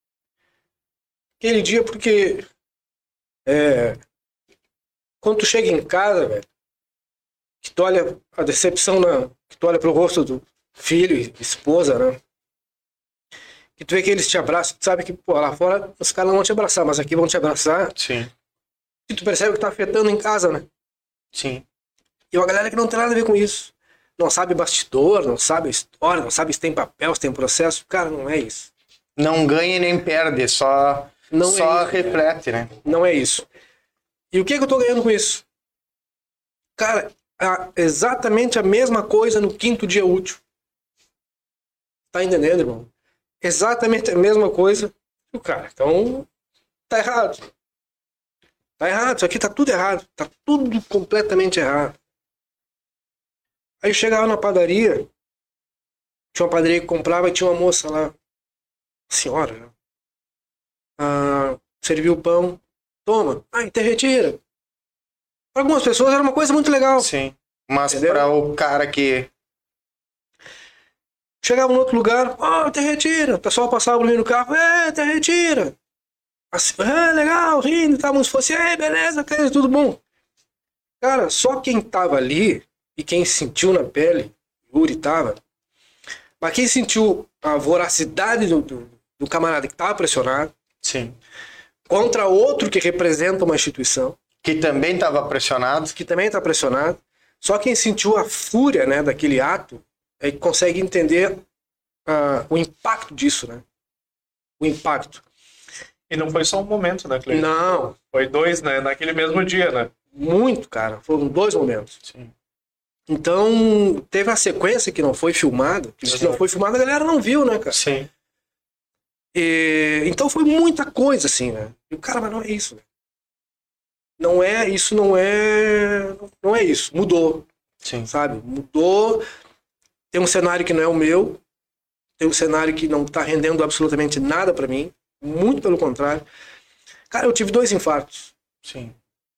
Aquele dia porque... É, quando tu chega em casa, velho, que tu olha a decepção, na, que tu olha pro rosto do filho e esposa, né? Que tu vê que eles te abraçam, tu sabe que, pô, lá fora os caras não vão te abraçar, mas aqui vão te abraçar. Sim. E tu percebe que tá afetando em casa, né? Sim. E uma galera que não tem nada a ver com isso. Não sabe bastidor, não sabe a história, não sabe se tem papel, se tem processo. Cara, não é isso. Não ganha nem perde, só, Não só é isso. reflete, né? Não é isso. E o que, que eu tô ganhando com isso? Cara, a- exatamente a mesma coisa no quinto dia útil. Tá entendendo, irmão? Exatamente a mesma coisa. E o cara, então, tá errado. Tá errado, isso aqui tá tudo errado. Tá tudo completamente errado. Aí eu chegava na padaria, tinha uma padaria que comprava e tinha uma moça lá, senhora, né? Ah, serviu o pão, toma, ai, te retira. Para algumas pessoas era uma coisa muito legal. Sim. Mas Entendeu? para o cara que... Chegava em outro lugar, ó, te retira. O pessoal passava por mim no carro, é, te retira. Assim, é, legal, rindo, tá, como se fosse, é, beleza, cara, tudo bom. Cara, só quem tava ali e quem sentiu na pele, o Uri tava, mas quem sentiu a voracidade do, do, do camarada que tava pressionado Sim. contra outro que representa uma instituição, que também estava pressionado. que também tá pressionado, só quem sentiu a fúria, né, daquele ato é que consegue entender ah, o impacto disso, né? O impacto. E não foi só um momento, né, Cleiton? Não, Foi dois, né? Naquele mesmo dia, né? muito, cara. Foram dois momentos. Sim. Então, teve a sequência que não foi filmada. Que se não foi filmada, a galera não viu, né, cara? Sim. E, então foi muita coisa, assim, né? E o cara, mas não é isso, né? Não é, isso não é. Não é isso. Mudou, Sim. sabe? Mudou. Tem um cenário que não é o meu. Tem um cenário que não tá rendendo absolutamente nada pra mim. Muito pelo contrário. Cara, eu tive dois infartos. Sim.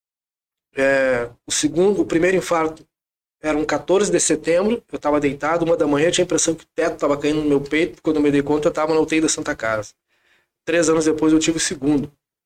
É, o segundo, o primeiro infarto era um quatorze de setembro, eu estava deitado, uma da manhã, eu tinha a impressão que o teto estava caindo no meu peito, quando eu me dei conta eu estava na U T I da Santa Casa. Três anos depois eu tive o segundo.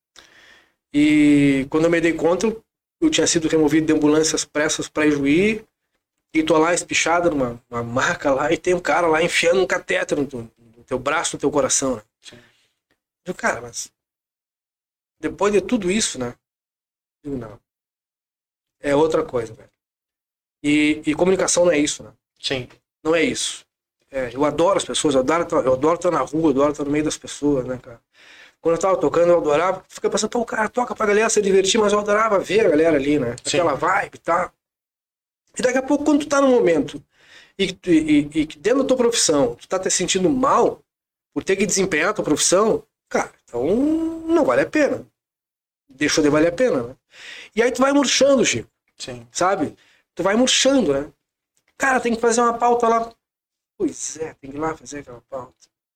E quando eu me dei conta, eu tinha sido removido de ambulâncias pressas para Ijuí, e tô lá espichado numa uma marca lá, e tem um cara lá enfiando um catéter no teu, no teu braço, no teu coração, né? Sim. Eu, cara, mas depois de tudo isso, né? Eu digo, não. É outra coisa, velho. E, e comunicação não é isso, né? Sim. Não é isso. É, eu adoro as pessoas, eu adoro, eu adoro estar na rua, eu adoro estar no meio das pessoas, né, cara? Quando eu tava tocando, eu adorava. Fica pensando, pô, o cara toca pra galera se divertir, mas eu adorava ver a galera ali, né? Sim. Aquela vibe e tal. E daqui a pouco, quando tu tá num momento e que e, e, que dentro da tua profissão tu tá te sentindo mal por ter que desempenhar a tua profissão, cara, então não vale a pena. Deixou de valer a pena, né? E aí tu vai murchando, Chico, Sim. sabe? Tu vai murchando, né? Cara, tem que fazer uma pauta lá. Pois é, tem que ir lá fazer aquela pauta.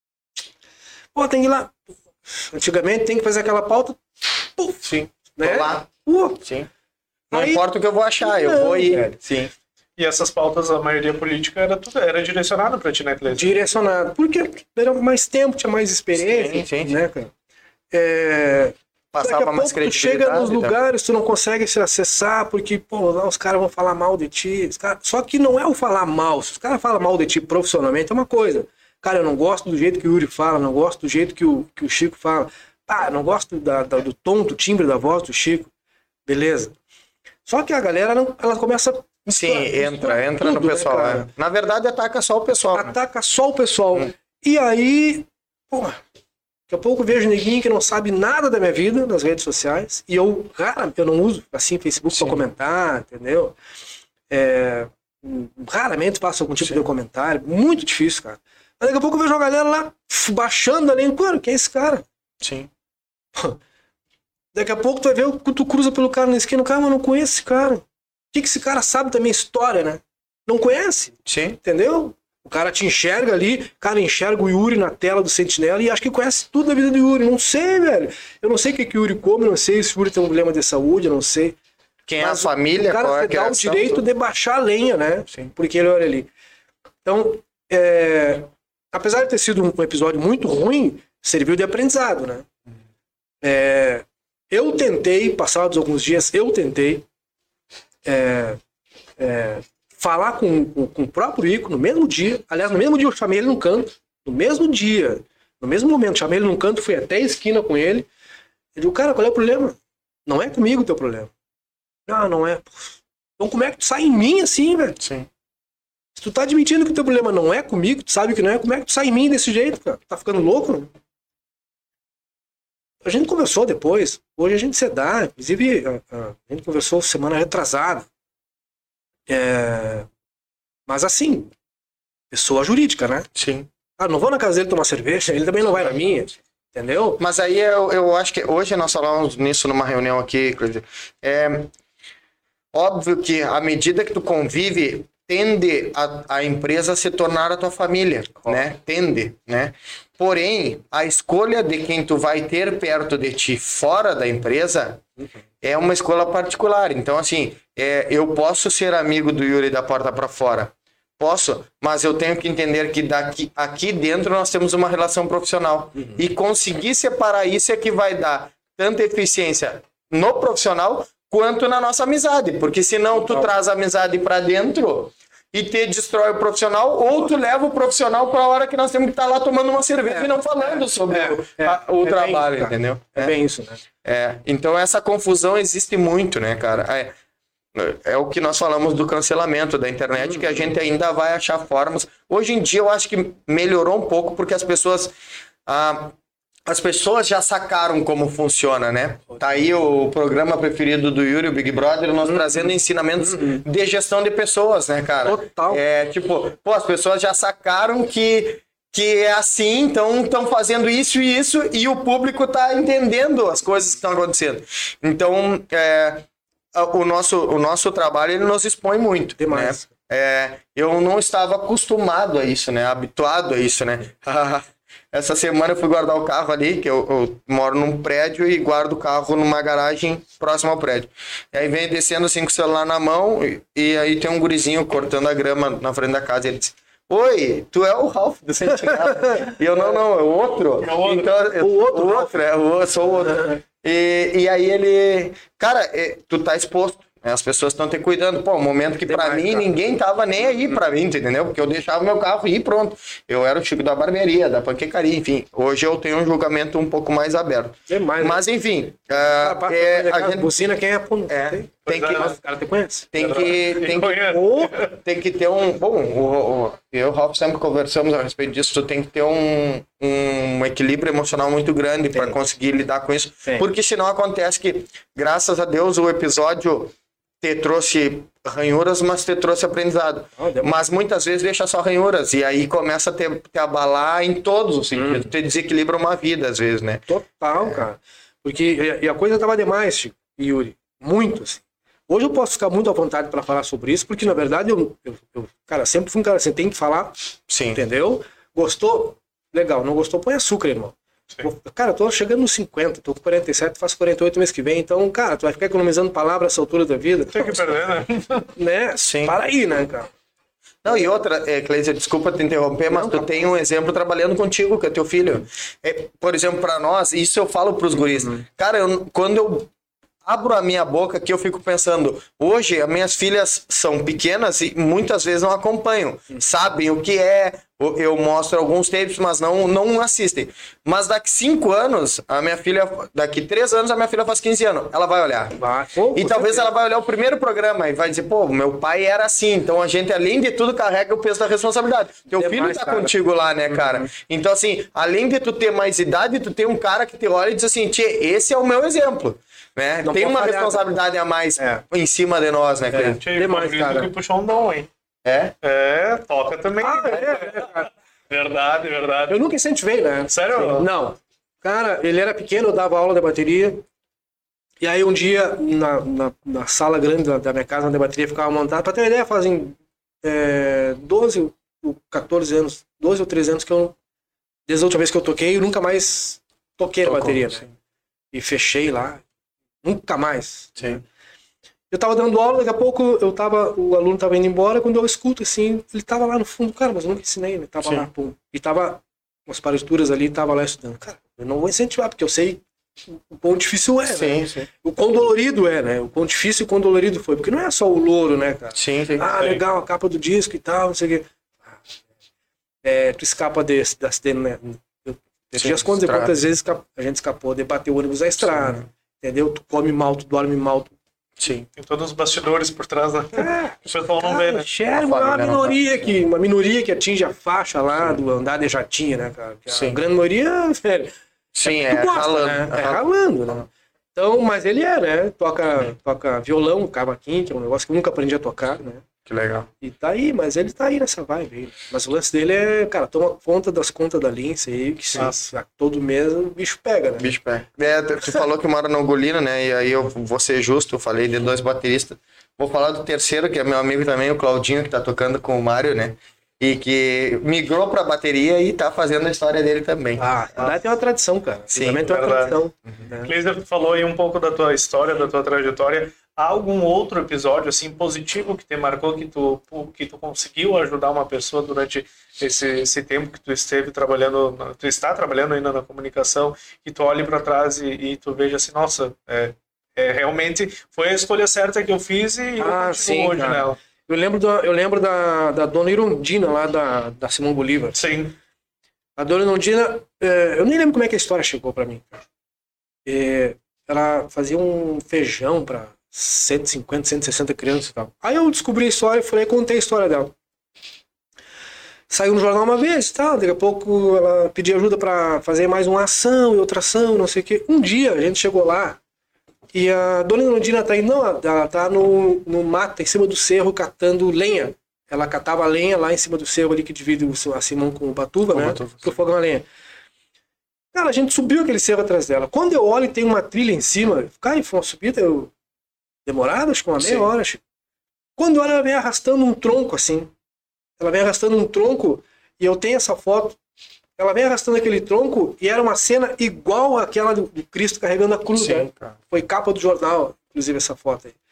Pô, tem que ir lá. Antigamente tem que fazer aquela pauta. Puf, Sim. né? Tô lá. Pô, Sim. Não aí- importa o que eu vou achar, eu Não, vou ir. velho. Sim. E essas pautas, a maioria política era tudo, era direcionada pra ti, né, Cleiton? direcionado. Porque era mais tempo, tinha mais experiência, Sim, sim, sim. né, cara? É... Daqui a Passava mais pouco tu chega credibilidade. nos né? lugares, tu não consegue se acessar, porque, pô, lá os caras vão falar mal de ti. Os cara... Só que não é o falar mal. Se os caras falam mal de ti profissionalmente, é uma coisa. Cara, eu não gosto do jeito que o Yuri fala, não gosto do jeito que o, que o Chico fala. Ah, não gosto da, da- do tom, do timbre da voz do Chico. Beleza. Só que a galera, não, ela começa... a Sim, misturar- entra, misturar entra tudo, no pessoal. né, cara? né? Na verdade, ataca só o pessoal. né? Ataca só o pessoal. Hum. E aí, pô, daqui a pouco eu vejo neguinho que não sabe nada da minha vida nas redes sociais. E eu, cara, eu não uso assim Facebook Sim. pra comentar, entendeu? É, raramente faço algum tipo Sim. de comentário. Muito difícil, cara. Mas daqui a pouco eu vejo uma galera lá f- baixando ali. Cara, quem é esse cara? Sim. Daqui a pouco tu vai ver, tu cruza pelo cara na esquina. Cara, mas eu não conheço esse cara. O que, que esse cara sabe da minha história, né? Não conhece, Sim. entendeu? O cara te enxerga ali, cara enxerga o Yuri na tela do Sentinela e acha que conhece tudo da vida do Yuri. Não sei, velho. Eu não sei o que, que o Yuri come, não sei se o Yuri tem um problema de saúde, eu não sei. Quem é a Mas família, o cara qual é a dá o criação, direito tudo. de baixar a lenha, né? Sim. Porque ele olha ali. Então, é, apesar de ter sido um episódio muito ruim, serviu de aprendizado, né? É, eu tentei, passados alguns dias, eu tentei é, é, falar com, com, com o próprio Ico no mesmo dia. Aliás, no mesmo dia eu chamei ele num canto. No mesmo dia, no mesmo momento, chamei ele num canto, fui até a esquina com ele. Ele disse, cara, qual é o problema? Não é comigo o teu problema. Não, não é. Então como é que tu sai em mim assim, velho? Sim. Se tu tá admitindo que o teu problema não é comigo, tu sabe que não é, como é que tu sai em mim desse jeito, cara? Tá ficando louco? Né? A gente conversou depois, hoje a gente se dá, inclusive a, a, a gente conversou semana retrasada. É, mas assim, pessoa jurídica, né? Sim. Ah, não vou na casa dele tomar cerveja, ele também não vai na minha, entendeu? Mas aí eu, eu acho que hoje nós falamos nisso numa reunião aqui, Cleiser. É óbvio que à medida que tu convive, tende a, a empresa a se tornar a tua família, né? Tende, né? Porém, a escolha de quem tu vai ter perto de ti fora da empresa é uma escolha particular. Então, assim, é, eu posso ser amigo do Yuri da porta para fora. Posso, mas eu tenho que entender que daqui, aqui dentro nós temos uma relação profissional. Uhum. E conseguir separar isso é que vai dar tanta eficiência no profissional quanto na nossa amizade. Porque senão tu traz a amizade para dentro e te destrói o profissional, ou tu leva o profissional para a hora que nós temos que estar lá tomando uma cerveja é, e não falando é, sobre é, o, é, a, o é trabalho, bem, entendeu? É, é bem isso, né? É, então essa confusão existe muito, né, cara? É, é o que nós falamos do cancelamento da internet, que a gente ainda vai achar formas. Hoje em dia eu acho que melhorou um pouco, porque as pessoas... Ah, as pessoas já sacaram como funciona, né? Tá aí o programa preferido do Yuri, o Big Brother, nós uhum. trazendo ensinamentos uhum. de gestão de pessoas, né, cara? Total. É, tipo, pô, as pessoas já sacaram que, que é assim, então estão fazendo isso e isso, e o público tá entendendo as coisas que estão acontecendo. Então, é, o, nosso, o nosso trabalho, ele nos expõe muito. Demais. Né? É, eu não estava acostumado a isso, né? Habituado a isso, né? Essa semana eu fui guardar o carro ali, que eu, eu moro num prédio e guardo o carro numa garagem próxima ao prédio. E aí vem descendo assim com o celular na mão e, e aí tem um gurizinho cortando a grama na frente da casa e ele disse: oi, tu é o Ralph do Sentinela? E eu, não, não, é o outro. É o outro. Então, eu, o outro, o outro, é, eu sou o outro. E, e aí ele... Cara, é, tu tá exposto. As pessoas estão te cuidando. Pô, um momento que pra mim, cara, ninguém tava nem aí pra mim, entendeu? Porque eu deixava meu carro ir e pronto. Eu era o Chico da barbearia, da panquecaria, enfim. Hoje eu tenho um julgamento um pouco mais aberto. Demais, mas, né? enfim... Uh, é, a gente... Buzina, quem é? Pô, é, tem, tem que... Mas o cara te conhece. Tem que... Tem que, ou, tem que ter um... Bom, o, o, eu e o Ralf sempre conversamos a respeito disso. Tu tem que ter um, um equilíbrio emocional muito grande para conseguir lidar com isso. Sim. Porque senão acontece que, graças a Deus, o episódio... te trouxe ranhuras, mas te trouxe aprendizado. Oh, mas muitas vezes deixa só ranhuras, e aí começa a te, te abalar em todos os sentidos. Hum. Te desequilibra uma vida, às vezes, né? Total, é. cara. Porque e a coisa tava demais, Chico, Yuri. Muito, assim. Hoje eu posso ficar muito à vontade para falar sobre isso, porque, na verdade, eu, eu, eu cara, sempre fui um cara assim, tem que falar, sim, entendeu? Gostou? Legal. Não gostou? Põe açúcar, irmão. Sim. Cara, eu tô chegando nos cinquenta, tô com quarenta e sete, faço quarenta e oito mês que vem, então, cara, tu vai ficar economizando palavras essa altura da vida. Tem que perder, né? né? Sim. Para aí, né, cara? Não, e outra, é, Cleiser, desculpa te interromper, mas não, tu tá... tem um exemplo trabalhando contigo, que é teu filho. É, por exemplo, para nós, isso eu falo pros guris. Uhum. Cara, eu, quando eu abro a minha boca aqui, eu fico pensando, hoje as minhas filhas são pequenas e muitas vezes não acompanham, uhum. sabem o que é eu, eu mostro alguns tapes, mas não, não assistem. Mas daqui cinco anos, a minha filha, daqui três anos, a minha filha faz quinze anos, ela vai olhar. Vai. Pô, E com talvez certeza. ela vai olhar o primeiro programa e vai dizer, pô, meu pai era assim. Então a gente, além de tudo, carrega o peso da responsabilidade. Teu Demais, filho tá cara. contigo lá, né, cara? Então, assim, além de tu ter mais idade, tu tem um cara que te olha e diz assim, tchê, esse é o meu exemplo. Né? Não Tem pode uma falhar, responsabilidade a mais É. em cima de nós, né, Cleiton? Tchê, Demais, Fabrício cara. que puxou um dom, hein? É? É, toca também. Ah, é, é, cara. Verdade, verdade. Eu nunca incentivei, né? Sério? Não. Cara, ele era pequeno, eu dava aula de bateria. E aí um dia, na, na, na sala grande da, da minha casa, onde a bateria ficava montada, pra ter uma ideia, fazem é, doze ou quatorze anos, doze ou treze anos que eu, desde a última vez que eu toquei, eu nunca mais toquei na Tocou, bateria, sim. né? E fechei lá. Nunca mais. Sim. Eu tava dando aula, daqui a pouco eu tava, o aluno tava indo embora, quando eu escuto assim, ele tava lá no fundo, cara, mas eu nunca ensinei, ele tava Sim. lá, pum. E tava, umas partituras ali, tava lá estudando. Cara, eu não vou incentivar, porque eu sei o quão difícil é, Sim, né? sim. O quão dolorido é, né? O quão difícil e o quão dolorido foi. Porque não é só o louro, né, cara? Sim, sim. Ah, legal, a capa do disco e tal, não sei o quê. É, tu escapa desse, da acidente, né? Eu perdi Sim, as contas de estrada. quantas vezes esca- a gente escapou de bater o ônibus na estrada. Entendeu? Tu come mal, tu dorme mal. Tu... Sim. Tem todos os bastidores por trás da. É, O pessoal não vê, né? enxerga A uma família não minoria que, uma minoria que atinge a faixa lá do andar de jatinha, né, cara? Que a Sim. grande maioria, velho, Sim, tu é gosta, ralando. né? É Aham. ralando, né? Então, mas ele é, né? Toca, toca violão, cavaquinho, que é um negócio que eu nunca aprendi a tocar, né? Que legal. E tá aí, mas ele tá aí nessa vibe aí. Mas o lance dele é, cara, toma conta das contas da Lince aí, que se, Nossa. todo mês o bicho pega, né? Bicho pé. É, tu falou que mora na Ugolina, né? E aí eu vou ser justo, eu falei de dois bateristas. Vou falar do terceiro, que é meu amigo também, o Claudinho, que tá tocando com o Mário, né? E que migrou pra bateria e tá fazendo a história dele também. Ah, lá tem uma tradição, cara. Sim, Também tem uma verdade. tradição. né? Cleiser, tu falou aí um pouco da tua história, da tua trajetória. Há algum outro episódio assim positivo que te marcou, que tu que tu conseguiu ajudar uma pessoa durante esse, esse tempo que tu esteve trabalhando, na- tu está trabalhando ainda na comunicação, que tu olhe para trás e, e tu veja assim, nossa, é, é, realmente foi a escolha certa que eu fiz e eu Ah, continuo sim, hoje cara. nela. Eu lembro da, eu lembro da, da dona Irondina lá da, da Simão Bolívar. Sim, A dona Irondina, é, eu nem lembro como é que a história chegou pra mim. É, ela fazia um feijão pra cento e cinquenta, cento e sessenta crianças e tal. Aí eu descobri a história e falei, contei a história dela. Saiu no jornal uma vez e tal, daqui a pouco ela pediu ajuda pra fazer mais uma ação e outra ação, não sei o quê. Um dia a gente chegou lá e a dona Irondina tá aí, não, ela tá no, no mato, em cima do cerro, catando lenha. Ela catava lenha lá em cima do cerro ali que divide o- a Simão com o Batuva, né? Batuva, Pro fogão a lenha. Cara, a gente subiu aquele cerro atrás dela. Quando eu olho e tem uma trilha em cima, cara, foi uma subida eu... demorada, acho que uma meia Sim. hora. Acho. Quando eu olho, ela vem arrastando um tronco assim. Ela vem arrastando um tronco e eu tenho essa foto. Ela vem arrastando aquele tronco e era uma cena igual àquela do, do Cristo carregando a cruz, Sim, né? cara. Foi capa do jornal, inclusive, essa foto aí.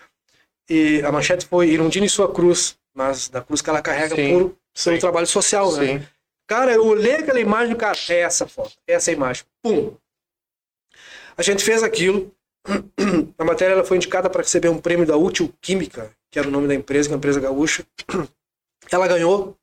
E a manchete foi Irondina e sua cruz, mas da cruz que ela carrega Sim, por seu sim. trabalho social, né? Sim. Cara, eu olhei aquela imagem, cara, é essa foto, é essa imagem. Pum! A gente fez aquilo. A matéria ela foi indicada para receber um prêmio da Útil Química, que era o nome da empresa, que é uma empresa gaúcha. Ela ganhou.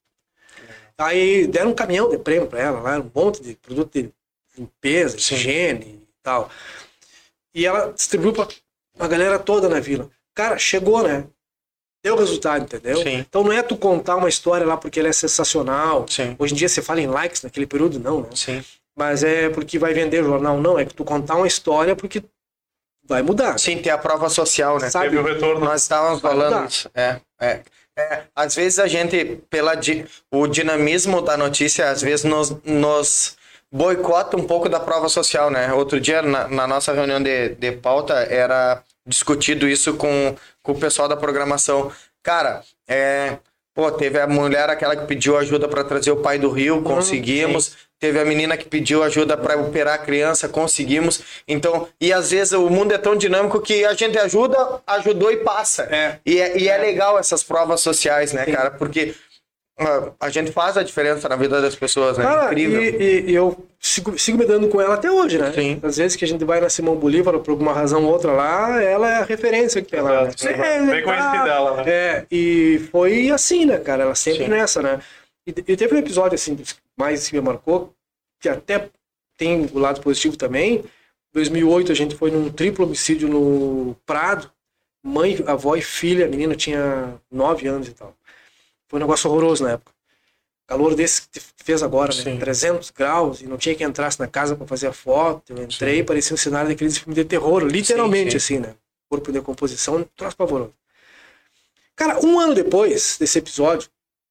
Aí deram um caminhão de prêmio para ela, lá, um monte de produto de limpeza, Sim. higiene e tal. E ela distribuiu para a galera toda na vila. Cara, chegou, né? Deu resultado, entendeu? Sim. Então não é tu contar uma história lá porque ela é sensacional. Sim. Hoje em dia você fala em likes, naquele período não, né? Sim. Mas é porque vai vender jornal, não. É que tu contar uma história porque vai mudar. Sim, tem a prova social, né? Sabe? teve o retorno. Nós estávamos Vai falando mudar. isso. É, é. É, às vezes a gente, pela di- o dinamismo da notícia, às vezes nos, nos boicota um pouco da prova social, né? Outro dia, na, na nossa reunião de, de pauta, era discutido isso com, com o pessoal da programação. Cara, é, pô, teve a mulher aquela que pediu ajuda para trazer o pai do Rio, conseguimos. Teve a menina que pediu ajuda para operar a criança, conseguimos. Então, e às vezes o mundo é tão dinâmico que a gente ajuda, ajudou e passa. É. E, é, e é legal essas provas sociais, né, cara? Porque ah, a gente faz a diferença na vida das pessoas, né? Cara, Incrível. e, e- e eu sigo, sigo me dando com ela até hoje, né? Sim. Às vezes que a gente vai na Simão Bolívar, por alguma razão ou outra lá, ela é a referência que tem lá. Né? Exato. Bem conhecida ela, né? É, e foi assim, né, cara? Ela sempre Sim. nessa, né? E, e teve um episódio, assim, dos que mais me marcou, que até tem o lado positivo também. Em dois mil e oito a gente foi num triplo homicídio no Prado. Mãe, avó e filha, a menina tinha nove anos e tal. Foi um negócio horroroso na época. Calor desse que fez agora, né? trezentos graus, e não tinha que entrasse na casa para fazer a foto. Eu entrei, sim, parecia um cenário daqueles filmes de terror, literalmente, sim, sim, assim, né? Corpo de decomposição, um troço pavoroso. Cara, um ano depois desse episódio,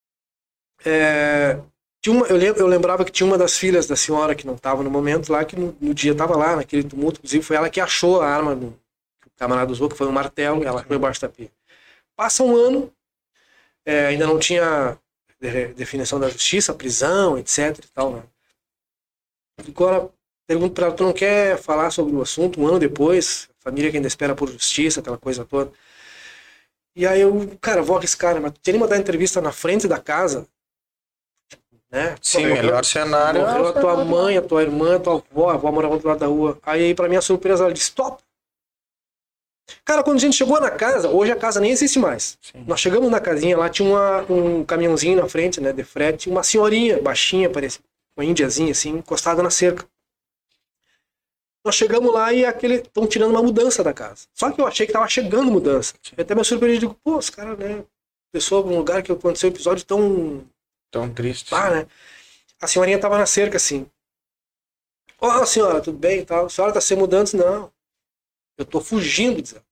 é, tinha uma, eu, lem, eu lembrava que tinha uma das filhas da senhora que não estava no momento lá, que no, no dia estava lá, naquele tumulto, inclusive foi ela que achou a arma do, que o camarada usou, que foi um martelo, e ela foi embaixo da pia. Passa um ano, é, ainda não tinha definição da justiça, prisão, etc e tal, né? Agora, pergunto pra ela, tu não quer falar sobre o assunto um ano depois? Família que ainda espera por justiça, aquela coisa toda. E aí eu, cara, vou arriscar, né? Mas tu teria que dar entrevista na frente da casa, né? Sim, Pô, melhor cenário. Morreu a tua mãe, a tua irmã, a tua avó, a avó morava do lado da rua. Aí, pra minha surpresa, ela disse, top! Cara, quando a gente chegou na casa, hoje a casa nem existe mais. Sim. Nós chegamos na casinha, lá tinha uma, um caminhãozinho na frente, né, de frete, uma senhorinha, baixinha, parecia uma índiazinha, assim, encostada na cerca. Nós chegamos lá e aquele estão tirando uma mudança da casa. Só que eu achei que tava chegando mudança. Eu até me surpreendi, digo, pô, os caras, né, pessoa num lugar que aconteceu um episódio tão... Tão triste. Ah, né? A senhorinha tava na cerca, assim. Ó, oh, senhora, tudo bem e tal? A senhora tá sem mudança? Não. Eu tô fugindo, diz ela.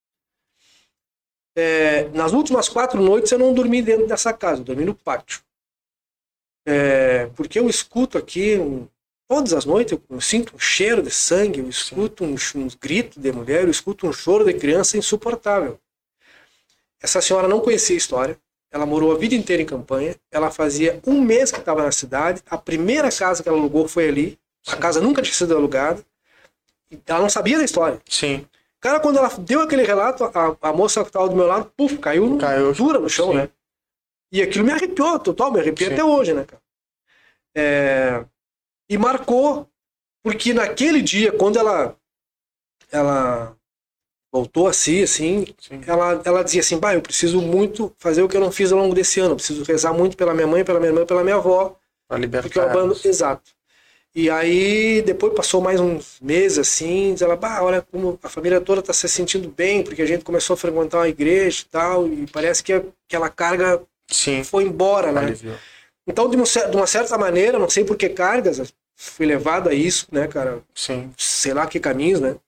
É, nas últimas quatro noites eu não dormi dentro dessa casa, eu dormi no pátio. É, porque eu escuto aqui, um, todas as noites, eu, eu sinto um cheiro de sangue, eu escuto uns, uns gritos de mulher, eu escuto um choro de criança insuportável. Essa senhora não conhecia a história, ela morou a vida inteira em Campanha, ela fazia um mês que estava na cidade, a primeira casa que ela alugou foi ali, a casa nunca tinha sido alugada, ela não sabia da história. Sim. Cara, quando ela deu aquele relato, a, a moça que estava do meu lado, puf, caiu, no, caiu dura no chão, sim, né? E aquilo me arrepiou, total, me arrepia, sim, até hoje, né, cara? É, e marcou, porque naquele dia, quando ela, ela voltou a si, assim, ela, ela dizia assim, bah, eu preciso muito fazer o que eu não fiz ao longo desse ano, eu preciso rezar muito pela minha mãe, pela minha irmã, pela minha avó. Pra libertar. Porque eu abando... Exato. E aí, depois passou mais uns meses, assim, ela, bah, olha como a família toda tá se sentindo bem, porque a gente começou a frequentar uma igreja e tal, e parece que aquela carga, sim, foi embora, né? Aliviou. Então, de uma, de uma certa maneira, não sei por que cargas, fui levado a isso, né, cara? Sim. Sei lá que caminhos, né?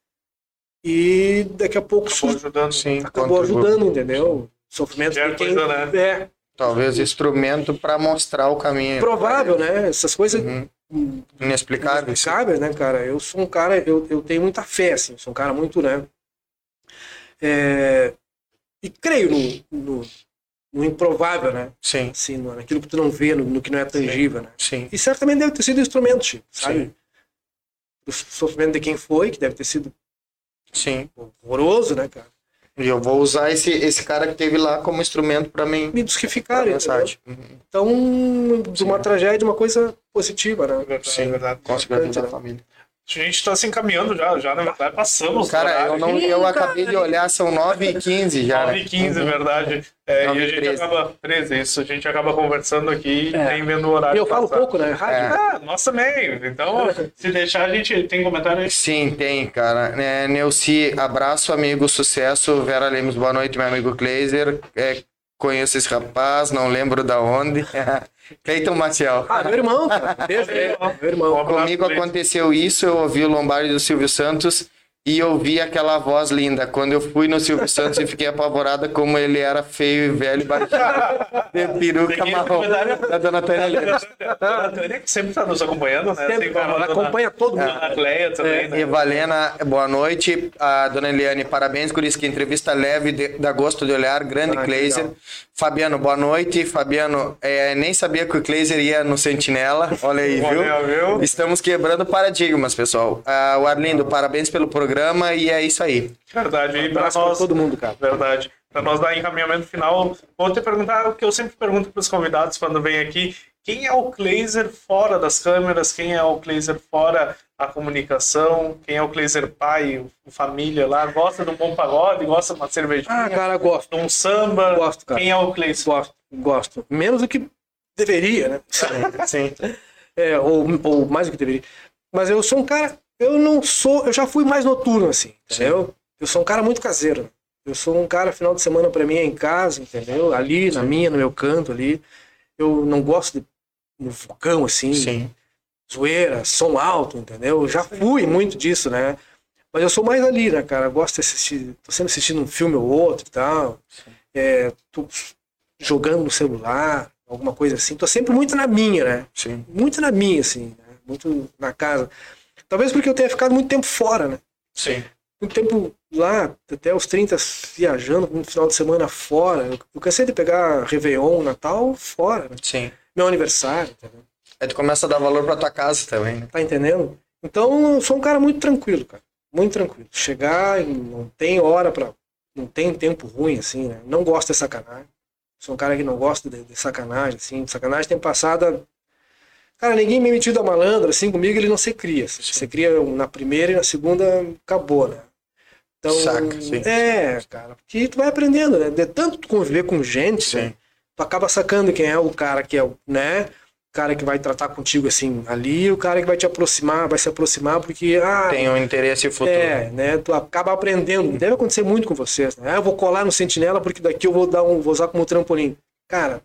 E daqui a pouco... Acabou ajudando. Sim, acabou ajudando, entendeu? Sofrimento de quem... Coisa, né? É. Talvez instrumento para mostrar o caminho. Provável, né? Essas coisas... Uhum. Inexplicáveis. Inexplicáveis, né, cara? Eu sou um cara, eu, eu tenho muita fé, assim, sou um cara muito, né? É, e creio no, no, no improvável, né? Sim. Assim, no, naquilo que tu não vê, no, no que não é tangível, né? Sim. E certamente deve ter sido instrumento, Chico, sabe? Sim. O sofrimento de quem foi, que deve ter sido, sim, horroroso, né, cara? E eu vou usar esse, esse cara que teve lá como instrumento para mim. Me desquificar, mensagem. Uhum. Então, de uma sim, tragédia, uma coisa positiva, né? Verdade, sim, verdade. Conseguir ajudar a família. A gente tá se encaminhando já, já na verdade passamos. Cara, eu, não, eu acabei de olhar, são nove e quinze já. nove e quinze, uhum, verdade. É, e a gente treze. acaba. treze, isso. A gente acaba conversando aqui e é, tem vendo o horário. E eu falo passar. pouco, né? Rádio. É. Ah, nós também. Então, se deixar, a gente tem comentário aí. Sim, tem, cara. É, Neuci, abraço, amigo, sucesso. Vera Lemos, boa noite, meu amigo Kleiser. É, conheço esse rapaz, não lembro da onde. Cleiton Maciel. Ah, meu irmão, cara. Beijo, meu irmão. Um Comigo aconteceu isso, eu ouvi o Lombardi do Silvio Santos e ouvi aquela voz linda. Quando eu fui no Silvio Santos e fiquei apavorada como ele era feio e velho, baixinho, de peruca marrom, da dona Tânia Lemos. A Tânia que sempre está nos acompanhando, né? Sempre, cara, ela dona, acompanha todo mundo. A Cleia também, é, né? E Valena, boa noite. A dona Eliane, parabéns por isso, que entrevista leve, de, dá gosto de olhar, grande ah, Kleiser. Fabiano, boa noite. Fabiano, é, nem sabia que o Kleiser ia no Sentinela. Olha aí, viu? Valeu, viu? Estamos quebrando paradigmas, pessoal. Ah, o Arlindo, parabéns pelo programa e é isso aí. Verdade. E Um para abraço nós, pra todo mundo, cara. Verdade. Para nós dar encaminhamento final, vou te perguntar o que eu sempre pergunto para os convidados quando vem aqui. Quem é o Kleiser fora das câmeras? Quem é o Kleiser fora a comunicação? Quem é o Kleiser pai, o família lá? Gosta de um bom pagode? Gosta de uma cervejinha? Ah, cara, gosto. De um samba? Gosto, cara. Quem é o Kleiser? Gosto, gosto. Menos do que deveria, né? Sim. É, ou, ou mais do que deveria. Mas eu sou um cara, eu não sou, eu já fui mais noturno, assim, entendeu? Eu sou um cara muito caseiro. Né? Eu sou um cara, final de semana pra mim é em casa, entendeu? Ali, na minha, no meu canto ali. Eu não gosto de um vulcão, assim, Sim. zoeira, som alto, entendeu? Eu já fui muito disso, né? Mas eu sou mais ali, né, cara? Eu gosto de assistir, tô sempre assistindo um filme ou outro e tal. É, tô jogando no celular, alguma coisa assim. Tô sempre muito na minha, né? Sim. Muito na minha, assim, né? Muito na casa. Talvez porque eu tenha ficado muito tempo fora, né? Sim. Muito tempo lá, até os trinta, viajando, no final de semana fora. Eu, eu cansei de pegar Réveillon, Natal, fora, né? Sim. Meu aniversário, entendeu? Aí tu começa a dar valor pra tua casa também, né? Tá entendendo? Então, eu sou um cara muito tranquilo, cara. Muito tranquilo. Chegar e não tem hora pra... Não tem tempo ruim, assim, né? Não gosto de sacanagem. Sou um cara que não gosta de, de sacanagem, assim. Sacanagem tem passado... Cara, ninguém me metido a malandro, assim, comigo ele não se cria. Assim. Você cria na primeira e na segunda, acabou, né? Então, Saca, sim. é, cara, porque tu vai aprendendo, né? De tanto tu conviver com gente, né? Tu acaba sacando quem é o cara que é o, né? O cara que vai tratar contigo assim ali, o cara que vai te aproximar, vai se aproximar porque, ah, Tem um interesse futuro. é, né? Tu acaba aprendendo. Deve acontecer muito com vocês, né? Ah, eu vou colar no Sentinela porque daqui eu vou dar um, vou usar como trampolim. Cara,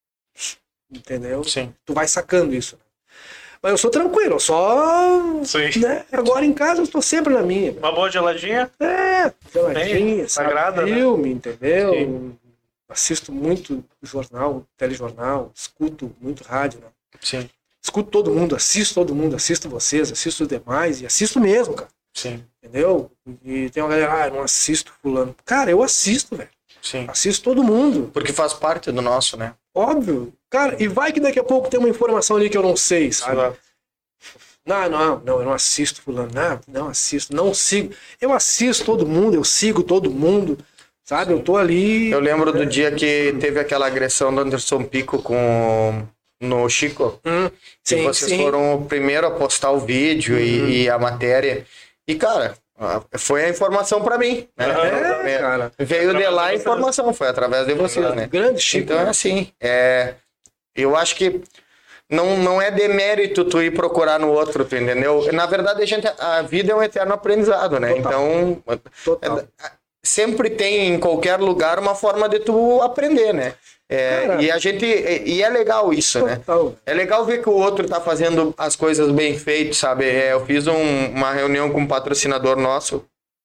entendeu? Sim. Tu vai sacando isso. Mas eu sou tranquilo, eu só, Sim. né? Agora em casa eu tô sempre na minha. Uma boa geladinha? É, geladinha, Bem, sabe? sagrada, né? Filme, entendeu? Sim. Assisto muito jornal, telejornal, escuto muito rádio, né? Sim. Escuto todo mundo, assisto todo mundo, assisto vocês, assisto os demais e assisto mesmo, cara. Sim. Entendeu? E tem uma galera, ah, eu não assisto fulano. Cara, eu assisto, velho. Sim. Assisto todo mundo. Porque faz parte do nosso, né? Óbvio. Cara, e vai que daqui a pouco tem uma informação ali que eu não sei, sabe? Exato. Não, não, não, eu não assisto fulano. Não, não assisto, não sigo. Eu assisto todo mundo, eu sigo todo mundo, sabe? Eu tô ali... Eu lembro do dia que teve aquela agressão do Anderson Pico com no Chico. Hum, que sim, vocês sim. foram o primeiro a postar o vídeo Uhum. e, e a matéria. E, cara, foi a informação pra mim. Né? É, cara. Veio de Através lá a de vocês. informação, foi através de vocês, né? Grande Chico. Então é né? assim, é, eu acho que não, não é demérito tu ir procurar no outro, tu entendeu? Na verdade, a, gente, a vida é um eterno aprendizado, né? Total. Então, Total. é, sempre tem em qualquer lugar uma forma de tu aprender, né? É, Cara. e a gente e, e é legal isso, né? Total. É legal ver que o outro tá fazendo as coisas bem feitas, sabe? É, eu fiz um- uma reunião com um patrocinador nosso,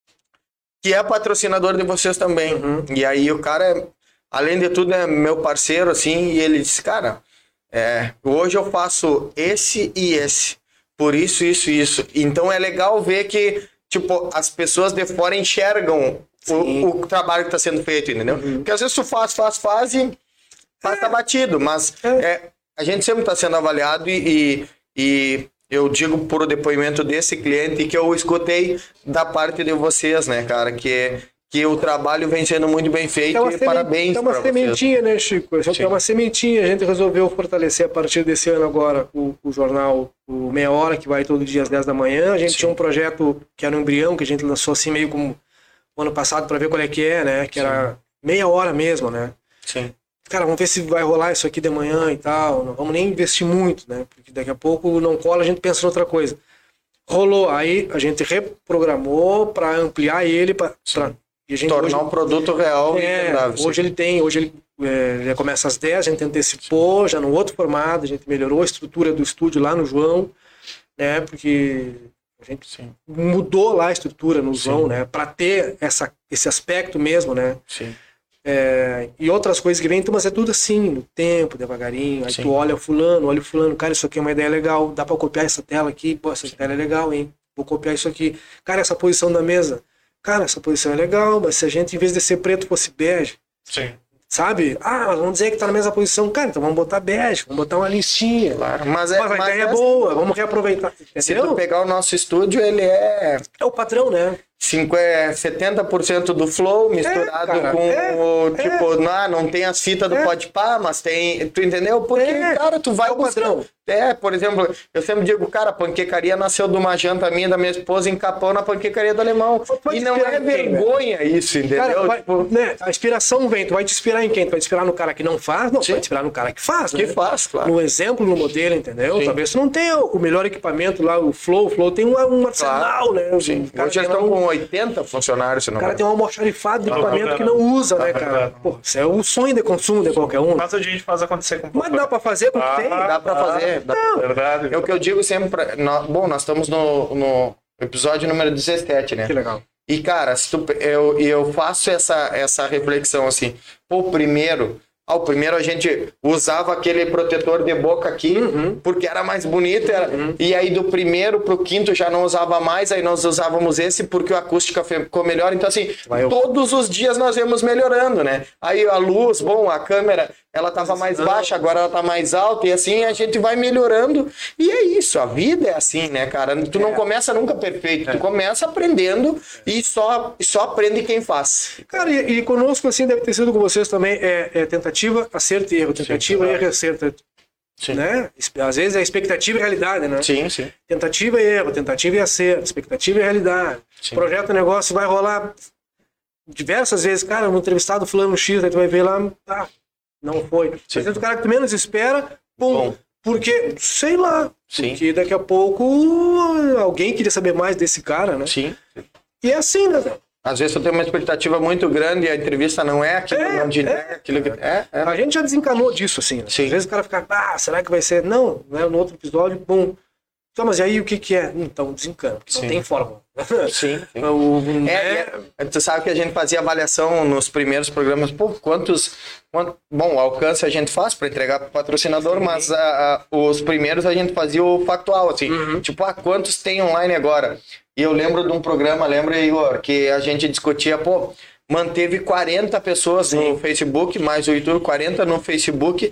que é patrocinador de vocês também. Uhum. E aí o cara, além de tudo, é meu parceiro, assim, e ele disse, cara, é, hoje eu faço esse e esse, por isso, isso e isso. Então é legal ver que, tipo, as pessoas de fora enxergam Sim. o, o trabalho que tá sendo feito, entendeu? Uhum. Porque às vezes tu faz, faz, faz e passa batido, mas É. é, a gente sempre está sendo avaliado e, e, e eu digo por o depoimento desse cliente que eu escutei da parte de vocês, né, cara, que, que o trabalho vem sendo muito bem feito É uma, e semen- parabéns é uma para vocês. sementinha, né, Chico? Isso aqui Sim. é uma sementinha. A gente resolveu fortalecer a partir desse ano agora o, o jornal o Meia Hora, que vai todo dia às dez da manhã. A gente Sim. tinha um projeto que era um embrião, que a gente lançou assim meio como o ano passado para ver qual é que é, né? Que era meia hora mesmo, né? Sim, Cara, vamos ver se vai rolar isso aqui de manhã e tal. Não vamos nem investir muito, né? Porque daqui a pouco não cola, a gente pensa em outra coisa. Rolou, aí a gente reprogramou para ampliar ele, para e a gente tornar hoje, um produto real e é, vendável. hoje ele tem, hoje ele é, já começa às dez, a gente antecipou, já no outro formato, a gente melhorou a estrutura do estúdio lá no João, né? Porque a gente Sim, mudou lá a estrutura no Sim. João, né? Para ter essa, esse aspecto mesmo, né? sim, É, e outras coisas que vêm, então, mas é tudo assim, no tempo, devagarinho. Aí Sim. tu olha o fulano, olha o fulano, cara, isso aqui é uma ideia legal, dá pra copiar essa tela aqui, pô, essa tela é legal, hein? Vou copiar isso aqui. Cara, essa posição da mesa, cara, essa posição é legal, mas se a gente, em vez de ser preto, fosse bege, Sim. sabe? Ah, mas vamos dizer que tá na mesma posição, cara, então vamos botar bege, vamos botar uma listinha. claro. Mas, é, Mas a mas ideia é é boa, vamos reaproveitar. se tu Entendeu? pegar o nosso estúdio, ele é É o padrão, né? cinco, é setenta por cento do flow misturado cara, com é, o tipo, não, não tem as fitas do É. Podpah, mas tem, tu entendeu? Porque, É. cara, tu vai É o buscar, padrão. É, por exemplo, eu sempre digo, cara, a panquecaria nasceu de uma janta minha, da minha esposa, em Capão, na panquecaria do Alemão. Pode E não inspirar é em quem, vergonha isso, entendeu? Cara, vai- Tipo, né, a inspiração vem, tu vai te inspirar em quem? Tu vai te inspirar no cara que não faz? Não, tu vai te inspirar no cara que faz, que né? faz, claro. No exemplo, no modelo, entendeu? Sim. Talvez tu não tenha o melhor equipamento lá, o Flow, o Flow tem um, um arsenal, né? Sim. O cara Hoje eles tem estão lá um- com oitenta funcionários, se não O cara me tem engano. um almoxarifado de Tá equipamento vendo? que não usa, né, Tá cara? vendo? Pô, isso é o sonho de consumo de qualquer um. Mas a gente faz acontecer com Mas dá pra fazer com o que Ah, tem. Dá pra fazer. Dá... Verdade. É o que eu digo sempre. Pra... nó- Bom, nós estamos no, no episódio número dezessete, né? Que legal. E, cara, se tu, eu, eu faço essa, essa reflexão assim. Pô, primeiro, ao primeiro a gente usava aquele protetor de boca aqui, porque era mais bonito. Era, E aí do primeiro pro quinto já não usava mais, aí nós usávamos esse porque a acústica ficou melhor. Então, assim, Vai eu. todos os dias nós íamos melhorando, né? Aí a luz, bom, a câmera, ela tava mais baixa, agora ela tá mais alta, e assim a gente vai melhorando. E é isso, a vida é assim, né, cara? Tu não começa nunca perfeito, tu começa aprendendo e só, só aprende quem faz. Cara, e, e conosco, assim, deve ter sido com vocês também, é, é tentativa, acerto e erro, tentativa, erro e acerto. Sim. Né? Às vezes é expectativa e realidade, né? Sim, sim. Tentativa e erro, tentativa e acerto, expectativa e realidade. Sim. Projeto, negócio vai rolar diversas vezes. Cara, no entrevistado fulano X, aí tu vai ver lá, tá, não foi. Às vezes o cara que tu menos espera, pum, Bom. porque, sei lá, Sim. porque daqui a pouco alguém queria saber mais desse cara, né? Sim. E é assim, né, velho? Às vezes tu tem uma expectativa muito grande e a entrevista não é aquilo, É, não te é. entrega aquilo que... É, é. A gente já desencanou disso, assim. Né? Sim. Às vezes o cara fica, ah, será que vai ser? Não, né? No outro episódio, bum. Então, mas e aí o que que é? Então, desencana, porque Sim. não tem fórmula. Sim, sim. O, É, né? é, tu sabe que a gente fazia avaliação nos primeiros programas, pô, quantos, quant- bom, o alcance a gente faz para entregar para o patrocinador, mas a, a- os primeiros a gente fazia o factual, assim, tipo, ah, quantos tem online agora? E eu lembro de um programa, lembra, Igor, que a gente discutia, pô, manteve quarenta pessoas no Facebook, mais o YouTube, quarenta no Facebook,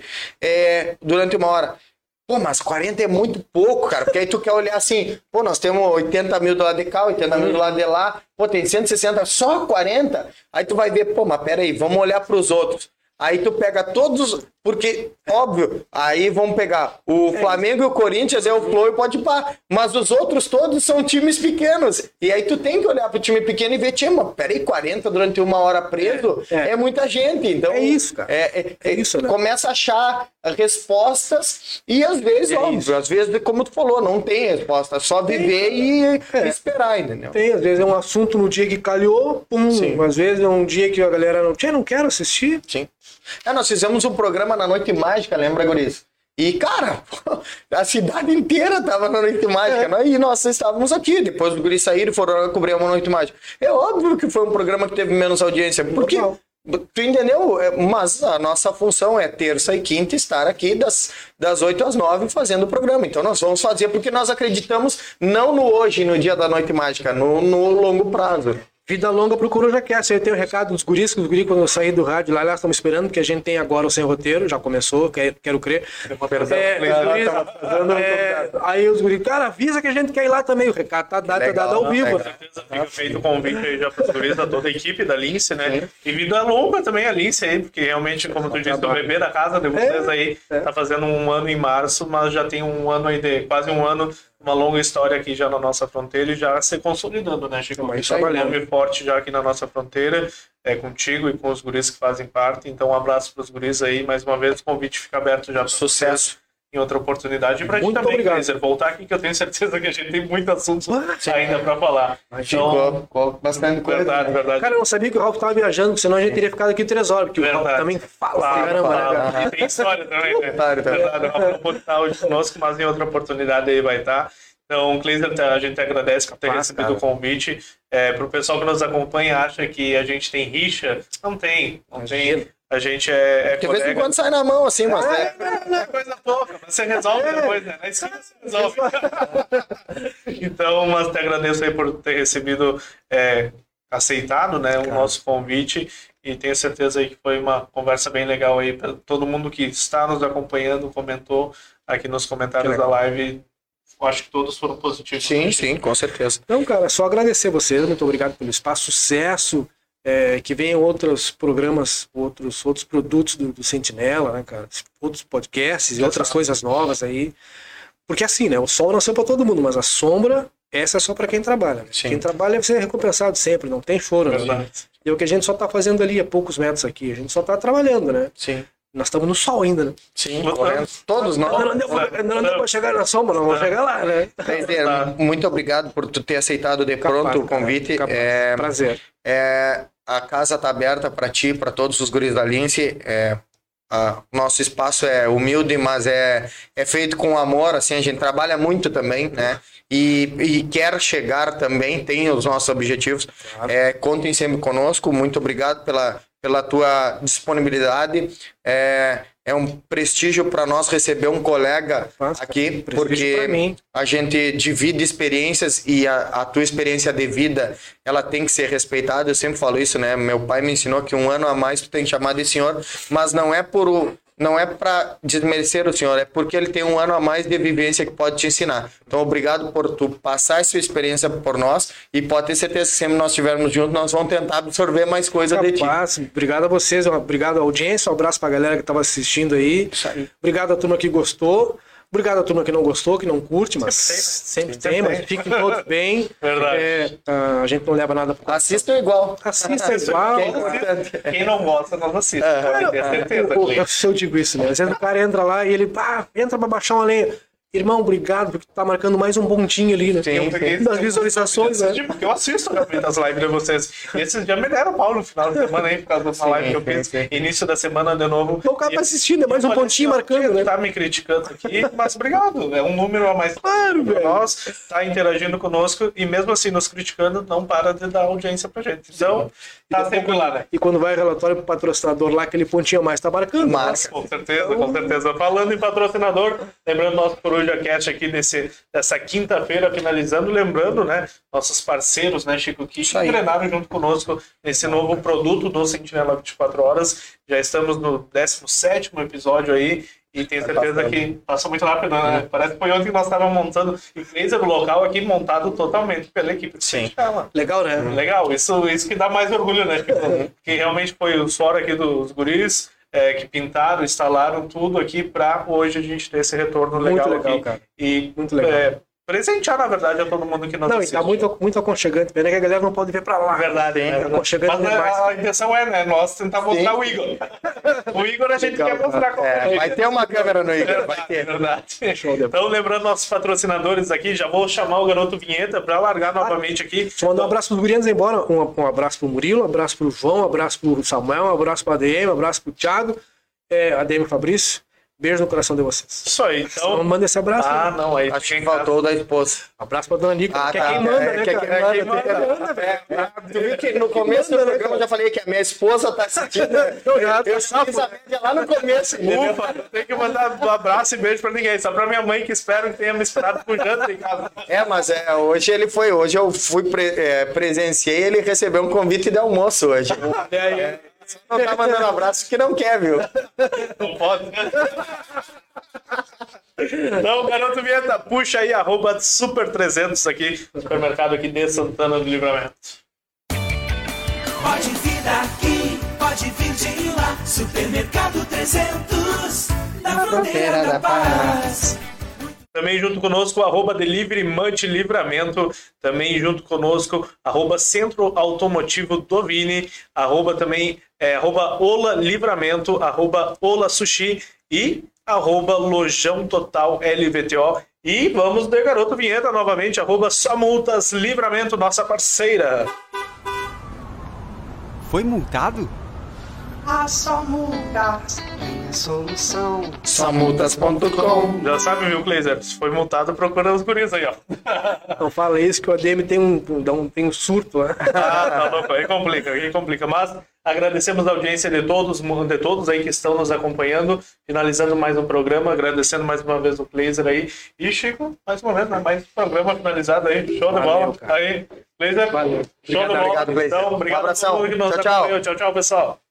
é, durante uma hora. Pô, mas quarenta é muito pouco, cara, porque aí tu quer olhar assim, pô, nós temos oitenta mil do lado de cá, oitenta mil do lado de lá, pô, tem cento e sessenta, só quarenta? Aí tu vai ver, pô, mas peraí, vamos olhar pros outros. Aí tu pega todos, porque, óbvio, aí vamos pegar o Flamengo e o Corinthians, é o Flow e o Pode Pá, mas os outros todos são times pequenos. E aí tu tem que olhar pro time pequeno e ver, tia, mas peraí, quarenta durante uma hora preso é, É. muita gente. Então, É isso, cara. É, é- É isso, né? Começa a achar respostas e às vezes, É óbvio, isso. às vezes, como tu falou, não tem resposta, é só viver e É. esperar, entendeu? Tem, às vezes é um assunto no dia que calhou, pum. Sim. Às vezes é um dia que a galera não tinha, não quero assistir. Sim. É, nós fizemos um programa na Noite Mágica, lembra, Guris? E, cara, a cidade inteira tava na Noite Mágica, né? E nós estávamos aqui. Depois os Guris saíram e foram cobrir uma Noite Mágica. É óbvio que foi um programa que teve menos audiência, porque... Normal. Tu entendeu? É, mas a nossa função é terça e quinta estar aqui das, das oito às nove fazendo o programa. Então nós vamos fazer porque nós acreditamos não no hoje, no dia da Noite Mágica, no, no longo prazo. Vida longa pro Coruja Cast. Aí tem um recado dos guris, que os guris, quando eu saí do rádio lá, lá estamos esperando, que a gente tem agora o Sem Roteiro, já começou, quero, quero crer. Perdão, É, Cleiton, os guris- tava fazendo um é, convidado. aí os guris, cara, avisa que a gente quer ir lá também. O recado tá dado, tá Legal, dado ao vivo. legal. né? certeza fica feito o convite aí já para os guris da toda a equipe da Lince, né? E vida longa também a Lince aí, porque realmente, como tu disse, o bebê da casa de vocês aí tá fazendo um ano em março, mas já tem um ano aí de quase um ano, uma longa história aqui já na nossa fronteira e já se consolidando, né, Chico? Mas Isso aí, um trabalhando. nome forte já aqui na nossa fronteira, é contigo e com os guris que fazem parte. Então, um abraço para os guris aí, mais uma vez, o convite fica aberto já para Sucesso. em outra oportunidade. E pra gente Muito também, obrigado. Kleiser, voltar aqui, que eu tenho certeza que a gente tem muito assunto Ah, ainda para falar. Ficou, ficou bastante coisa. verdade, verdade. Cara, eu não sabia que o Ralf tava viajando, senão a gente teria ficado aqui três horas, porque o Verdade. Ralf também fala pra Fala, caramba, né, fala. cara? E tem história também, né? Claro, também. Verdade, o Rafa não pode estar hoje conosco, mas em outra oportunidade aí vai estar. Então, Kleiser, a gente agradece por ter Capaz, recebido cara. o convite. É, para o pessoal que nos acompanha, acha que a gente tem rixa. Não tem, não tem. A gente é, é De vez em colega. quando sai na mão, assim, mas é. É coisa pouca, mas você resolve depois, né? Na esquina você resolve. Então, mas te agradeço aí por ter recebido, é, aceitado, né, o nosso convite, e tenho certeza aí que foi uma conversa bem legal aí para todo mundo que está nos acompanhando, comentou aqui nos comentários da live. Eu acho que todos foram positivos. Sim, sim, com certeza. Então, cara, só agradecer vocês, muito obrigado pelo espaço, sucesso. É, que venham outros programas, outros, outros produtos do, do Sentinela, né, cara? Outros podcasts e outras coisas novas aí. Porque assim, né? O sol nasceu para todo mundo, mas a sombra, essa é só para quem trabalha. Né? Quem trabalha vai ser recompensado sempre, não tem choro. Né? E o que a gente só tá fazendo ali a poucos metros aqui, a gente só tá trabalhando, né? Sim. Nós estamos no sol ainda, né? Sim, correto. Todos nós. Ainda não deu pra, ainda não deu pra chegar na sombra, não vamos chegar lá, né? Cleiser, muito obrigado por tu ter aceitado de Capaz, pronto o cara, convite. capaz. É, Prazer. é, a casa tá aberta para ti, para todos os guris da Lince. É, a, nosso espaço é humilde, mas é, é feito com amor. Assim, a gente trabalha muito também, né? E, e quer chegar também, tem os nossos objetivos. É, contem sempre conosco. Muito obrigado pela, pela tua disponibilidade. É, é um prestígio para nós receber um colega Nossa, aqui, prestígio porque pra mim. a gente divide experiências e a, a tua experiência de vida, ela tem que ser respeitada. Eu sempre falo isso, né? Meu pai me ensinou que um ano a mais tu tem que chamar de senhor, mas não é por o, não é para desmerecer o senhor, é porque ele tem um ano a mais de vivência que pode te ensinar. Então, obrigado por tu passar essa experiência por nós e pode ter certeza que sempre nós estivermos juntos, nós vamos tentar absorver mais coisa de ti. Capaz. Obrigado a vocês, obrigado à audiência, um abraço pra galera que estava assistindo aí. Isso aí. Obrigado à turma que gostou. Obrigado à turma que não gostou, que não curte, mas sempre tem, né? sempre tem, mas fiquem todos bem. Verdade. É, a gente não leva nada pro Assistam igual. Assista igual. Que é importante. Quem não gosta, não assiste. Pode ter certeza, Eu, Cleiton. eu digo isso, né? Às vezes o cara entra lá e ele, pá, entra pra baixar uma lenha. Irmão, obrigado, porque tu tá marcando mais um pontinho ali, né? Sim, Tem das visualizações, né? Tipo, porque eu assisto realmente as lives de vocês. E esses dias me deram pau no final de semana aí, por causa dessa live que eu fiz. sim, sim. Início da semana de novo. O cara E- tá assistindo, é mais um Pode pontinho ser, marcando, né? Tá me criticando aqui, mas obrigado. É um número a mais Claro, pra velho. nós, tá interagindo conosco e mesmo assim nos criticando, não para de dar audiência pra gente. Então, tá sempre lá, né? E quando vai relatório pro patrocinador lá, aquele pontinho a mais tá marcando. né? Marca. Com certeza, com certeza. Falando em patrocinador, lembrando nosso Coruja Cast aqui desse, dessa quinta-feira, finalizando, lembrando, né, nossos parceiros, né, Chico, que Isso aí. engrenaram junto conosco nesse novo produto do Sentinela vinte e quatro horas. Já estamos no décimo sétimo episódio aí. E tenho certeza que passou muito rápido, né? Parece que foi ontem que nós estávamos montando. E fez o local aqui montado totalmente pela equipe do Sim. Sentinela. Legal, né? Legal, isso, isso que dá mais orgulho, né? Tipo, que realmente foi o suor aqui dos guris, é, que pintaram, instalaram tudo aqui para hoje a gente ter esse retorno Muito legal, legal, aqui. cara. E Muito legal. é, presentear, na verdade, a todo mundo que nos Não, e assiste. tá muito, muito aconchegante. Pena que a galera não pode ver pra lá. Verdade, hein? É aconchegante Mas né, demais. a intenção é, né? Nós tentar mostrar o Igor. O Igor a gente Legal, quer mostrar como É, vai ter uma câmera no Igor, vai ter. Verdade. Show de- Então, lembrando nossos patrocinadores aqui, já vou chamar o Garoto Vinheta para largar novamente aqui. Deixa eu mandar um abraço pros gurianos embora. Um, um abraço pro Murilo, um abraço pro João, um abraço pro Samuel, um abraço pro A D M, um abraço pro Thiago, é, A D M Fabrício. Beijo no coração de vocês. Isso aí, Então, então. manda esse abraço. Ah, né? não, aí Acho fica que em casa. faltou o da esposa. Abraço pra dona Nica, Ah, que tá. é quem manda, É, né, que é cara? quem manda. Quem manda, velho. Tu viu que no começo do programa eu já falei que a minha esposa tá assistindo. Não, já Eu tá já fiz a média lá no começo. Entendeu? Tem que mandar um abraço e beijo pra ninguém, só pra minha mãe que espero que tenha me esperado com janta em casa. É, mas é, hoje ele foi. Hoje eu fui, pre, é, presenciei, ele recebeu um convite de almoço hoje. E aí, Não tá mandando abraço que não quer, viu? não pode. Então, Garoto Vinheta, puxa aí, arroba Super trezentos aqui, supermercado aqui de Santana do Livramento. Pode vir daqui, pode vir de lá. Supermercado trezentos, na fronteira da paz. Também junto conosco, arroba Delivery Munch Livramento. Também junto conosco, arroba Centro Automotivo do Vini. Arroba também, é, arroba Ola Livramento, arroba Ola Sushi e arroba Lojão Total L V T O. E vamos de Garoto Vinheta novamente, arroba Só Multas Livramento, nossa parceira. Foi multado? A só multas tem a solução. só multas ponto com. Já sabe, viu, Cleiser? Se foi multado, procura os guris aí, ó. Não fala isso que o A D M tem um, dá um, tem um surto, né? Ah, tá louco, aí complica, aí complica. Mas agradecemos a audiência de todos, de todos aí que estão nos acompanhando, finalizando mais um programa, agradecendo mais uma vez o Cleiser aí. E Chico, mais uma vez, né? Mais um programa finalizado aí, show de Valeu, bola. cara. Aí, Cleiser, Valeu. show de bola. Obrigado, Cleiser. Então, obrigado Um abração. a todo mundo que nos Tchau, tchau. acompanhou. Tchau, tchau, pessoal.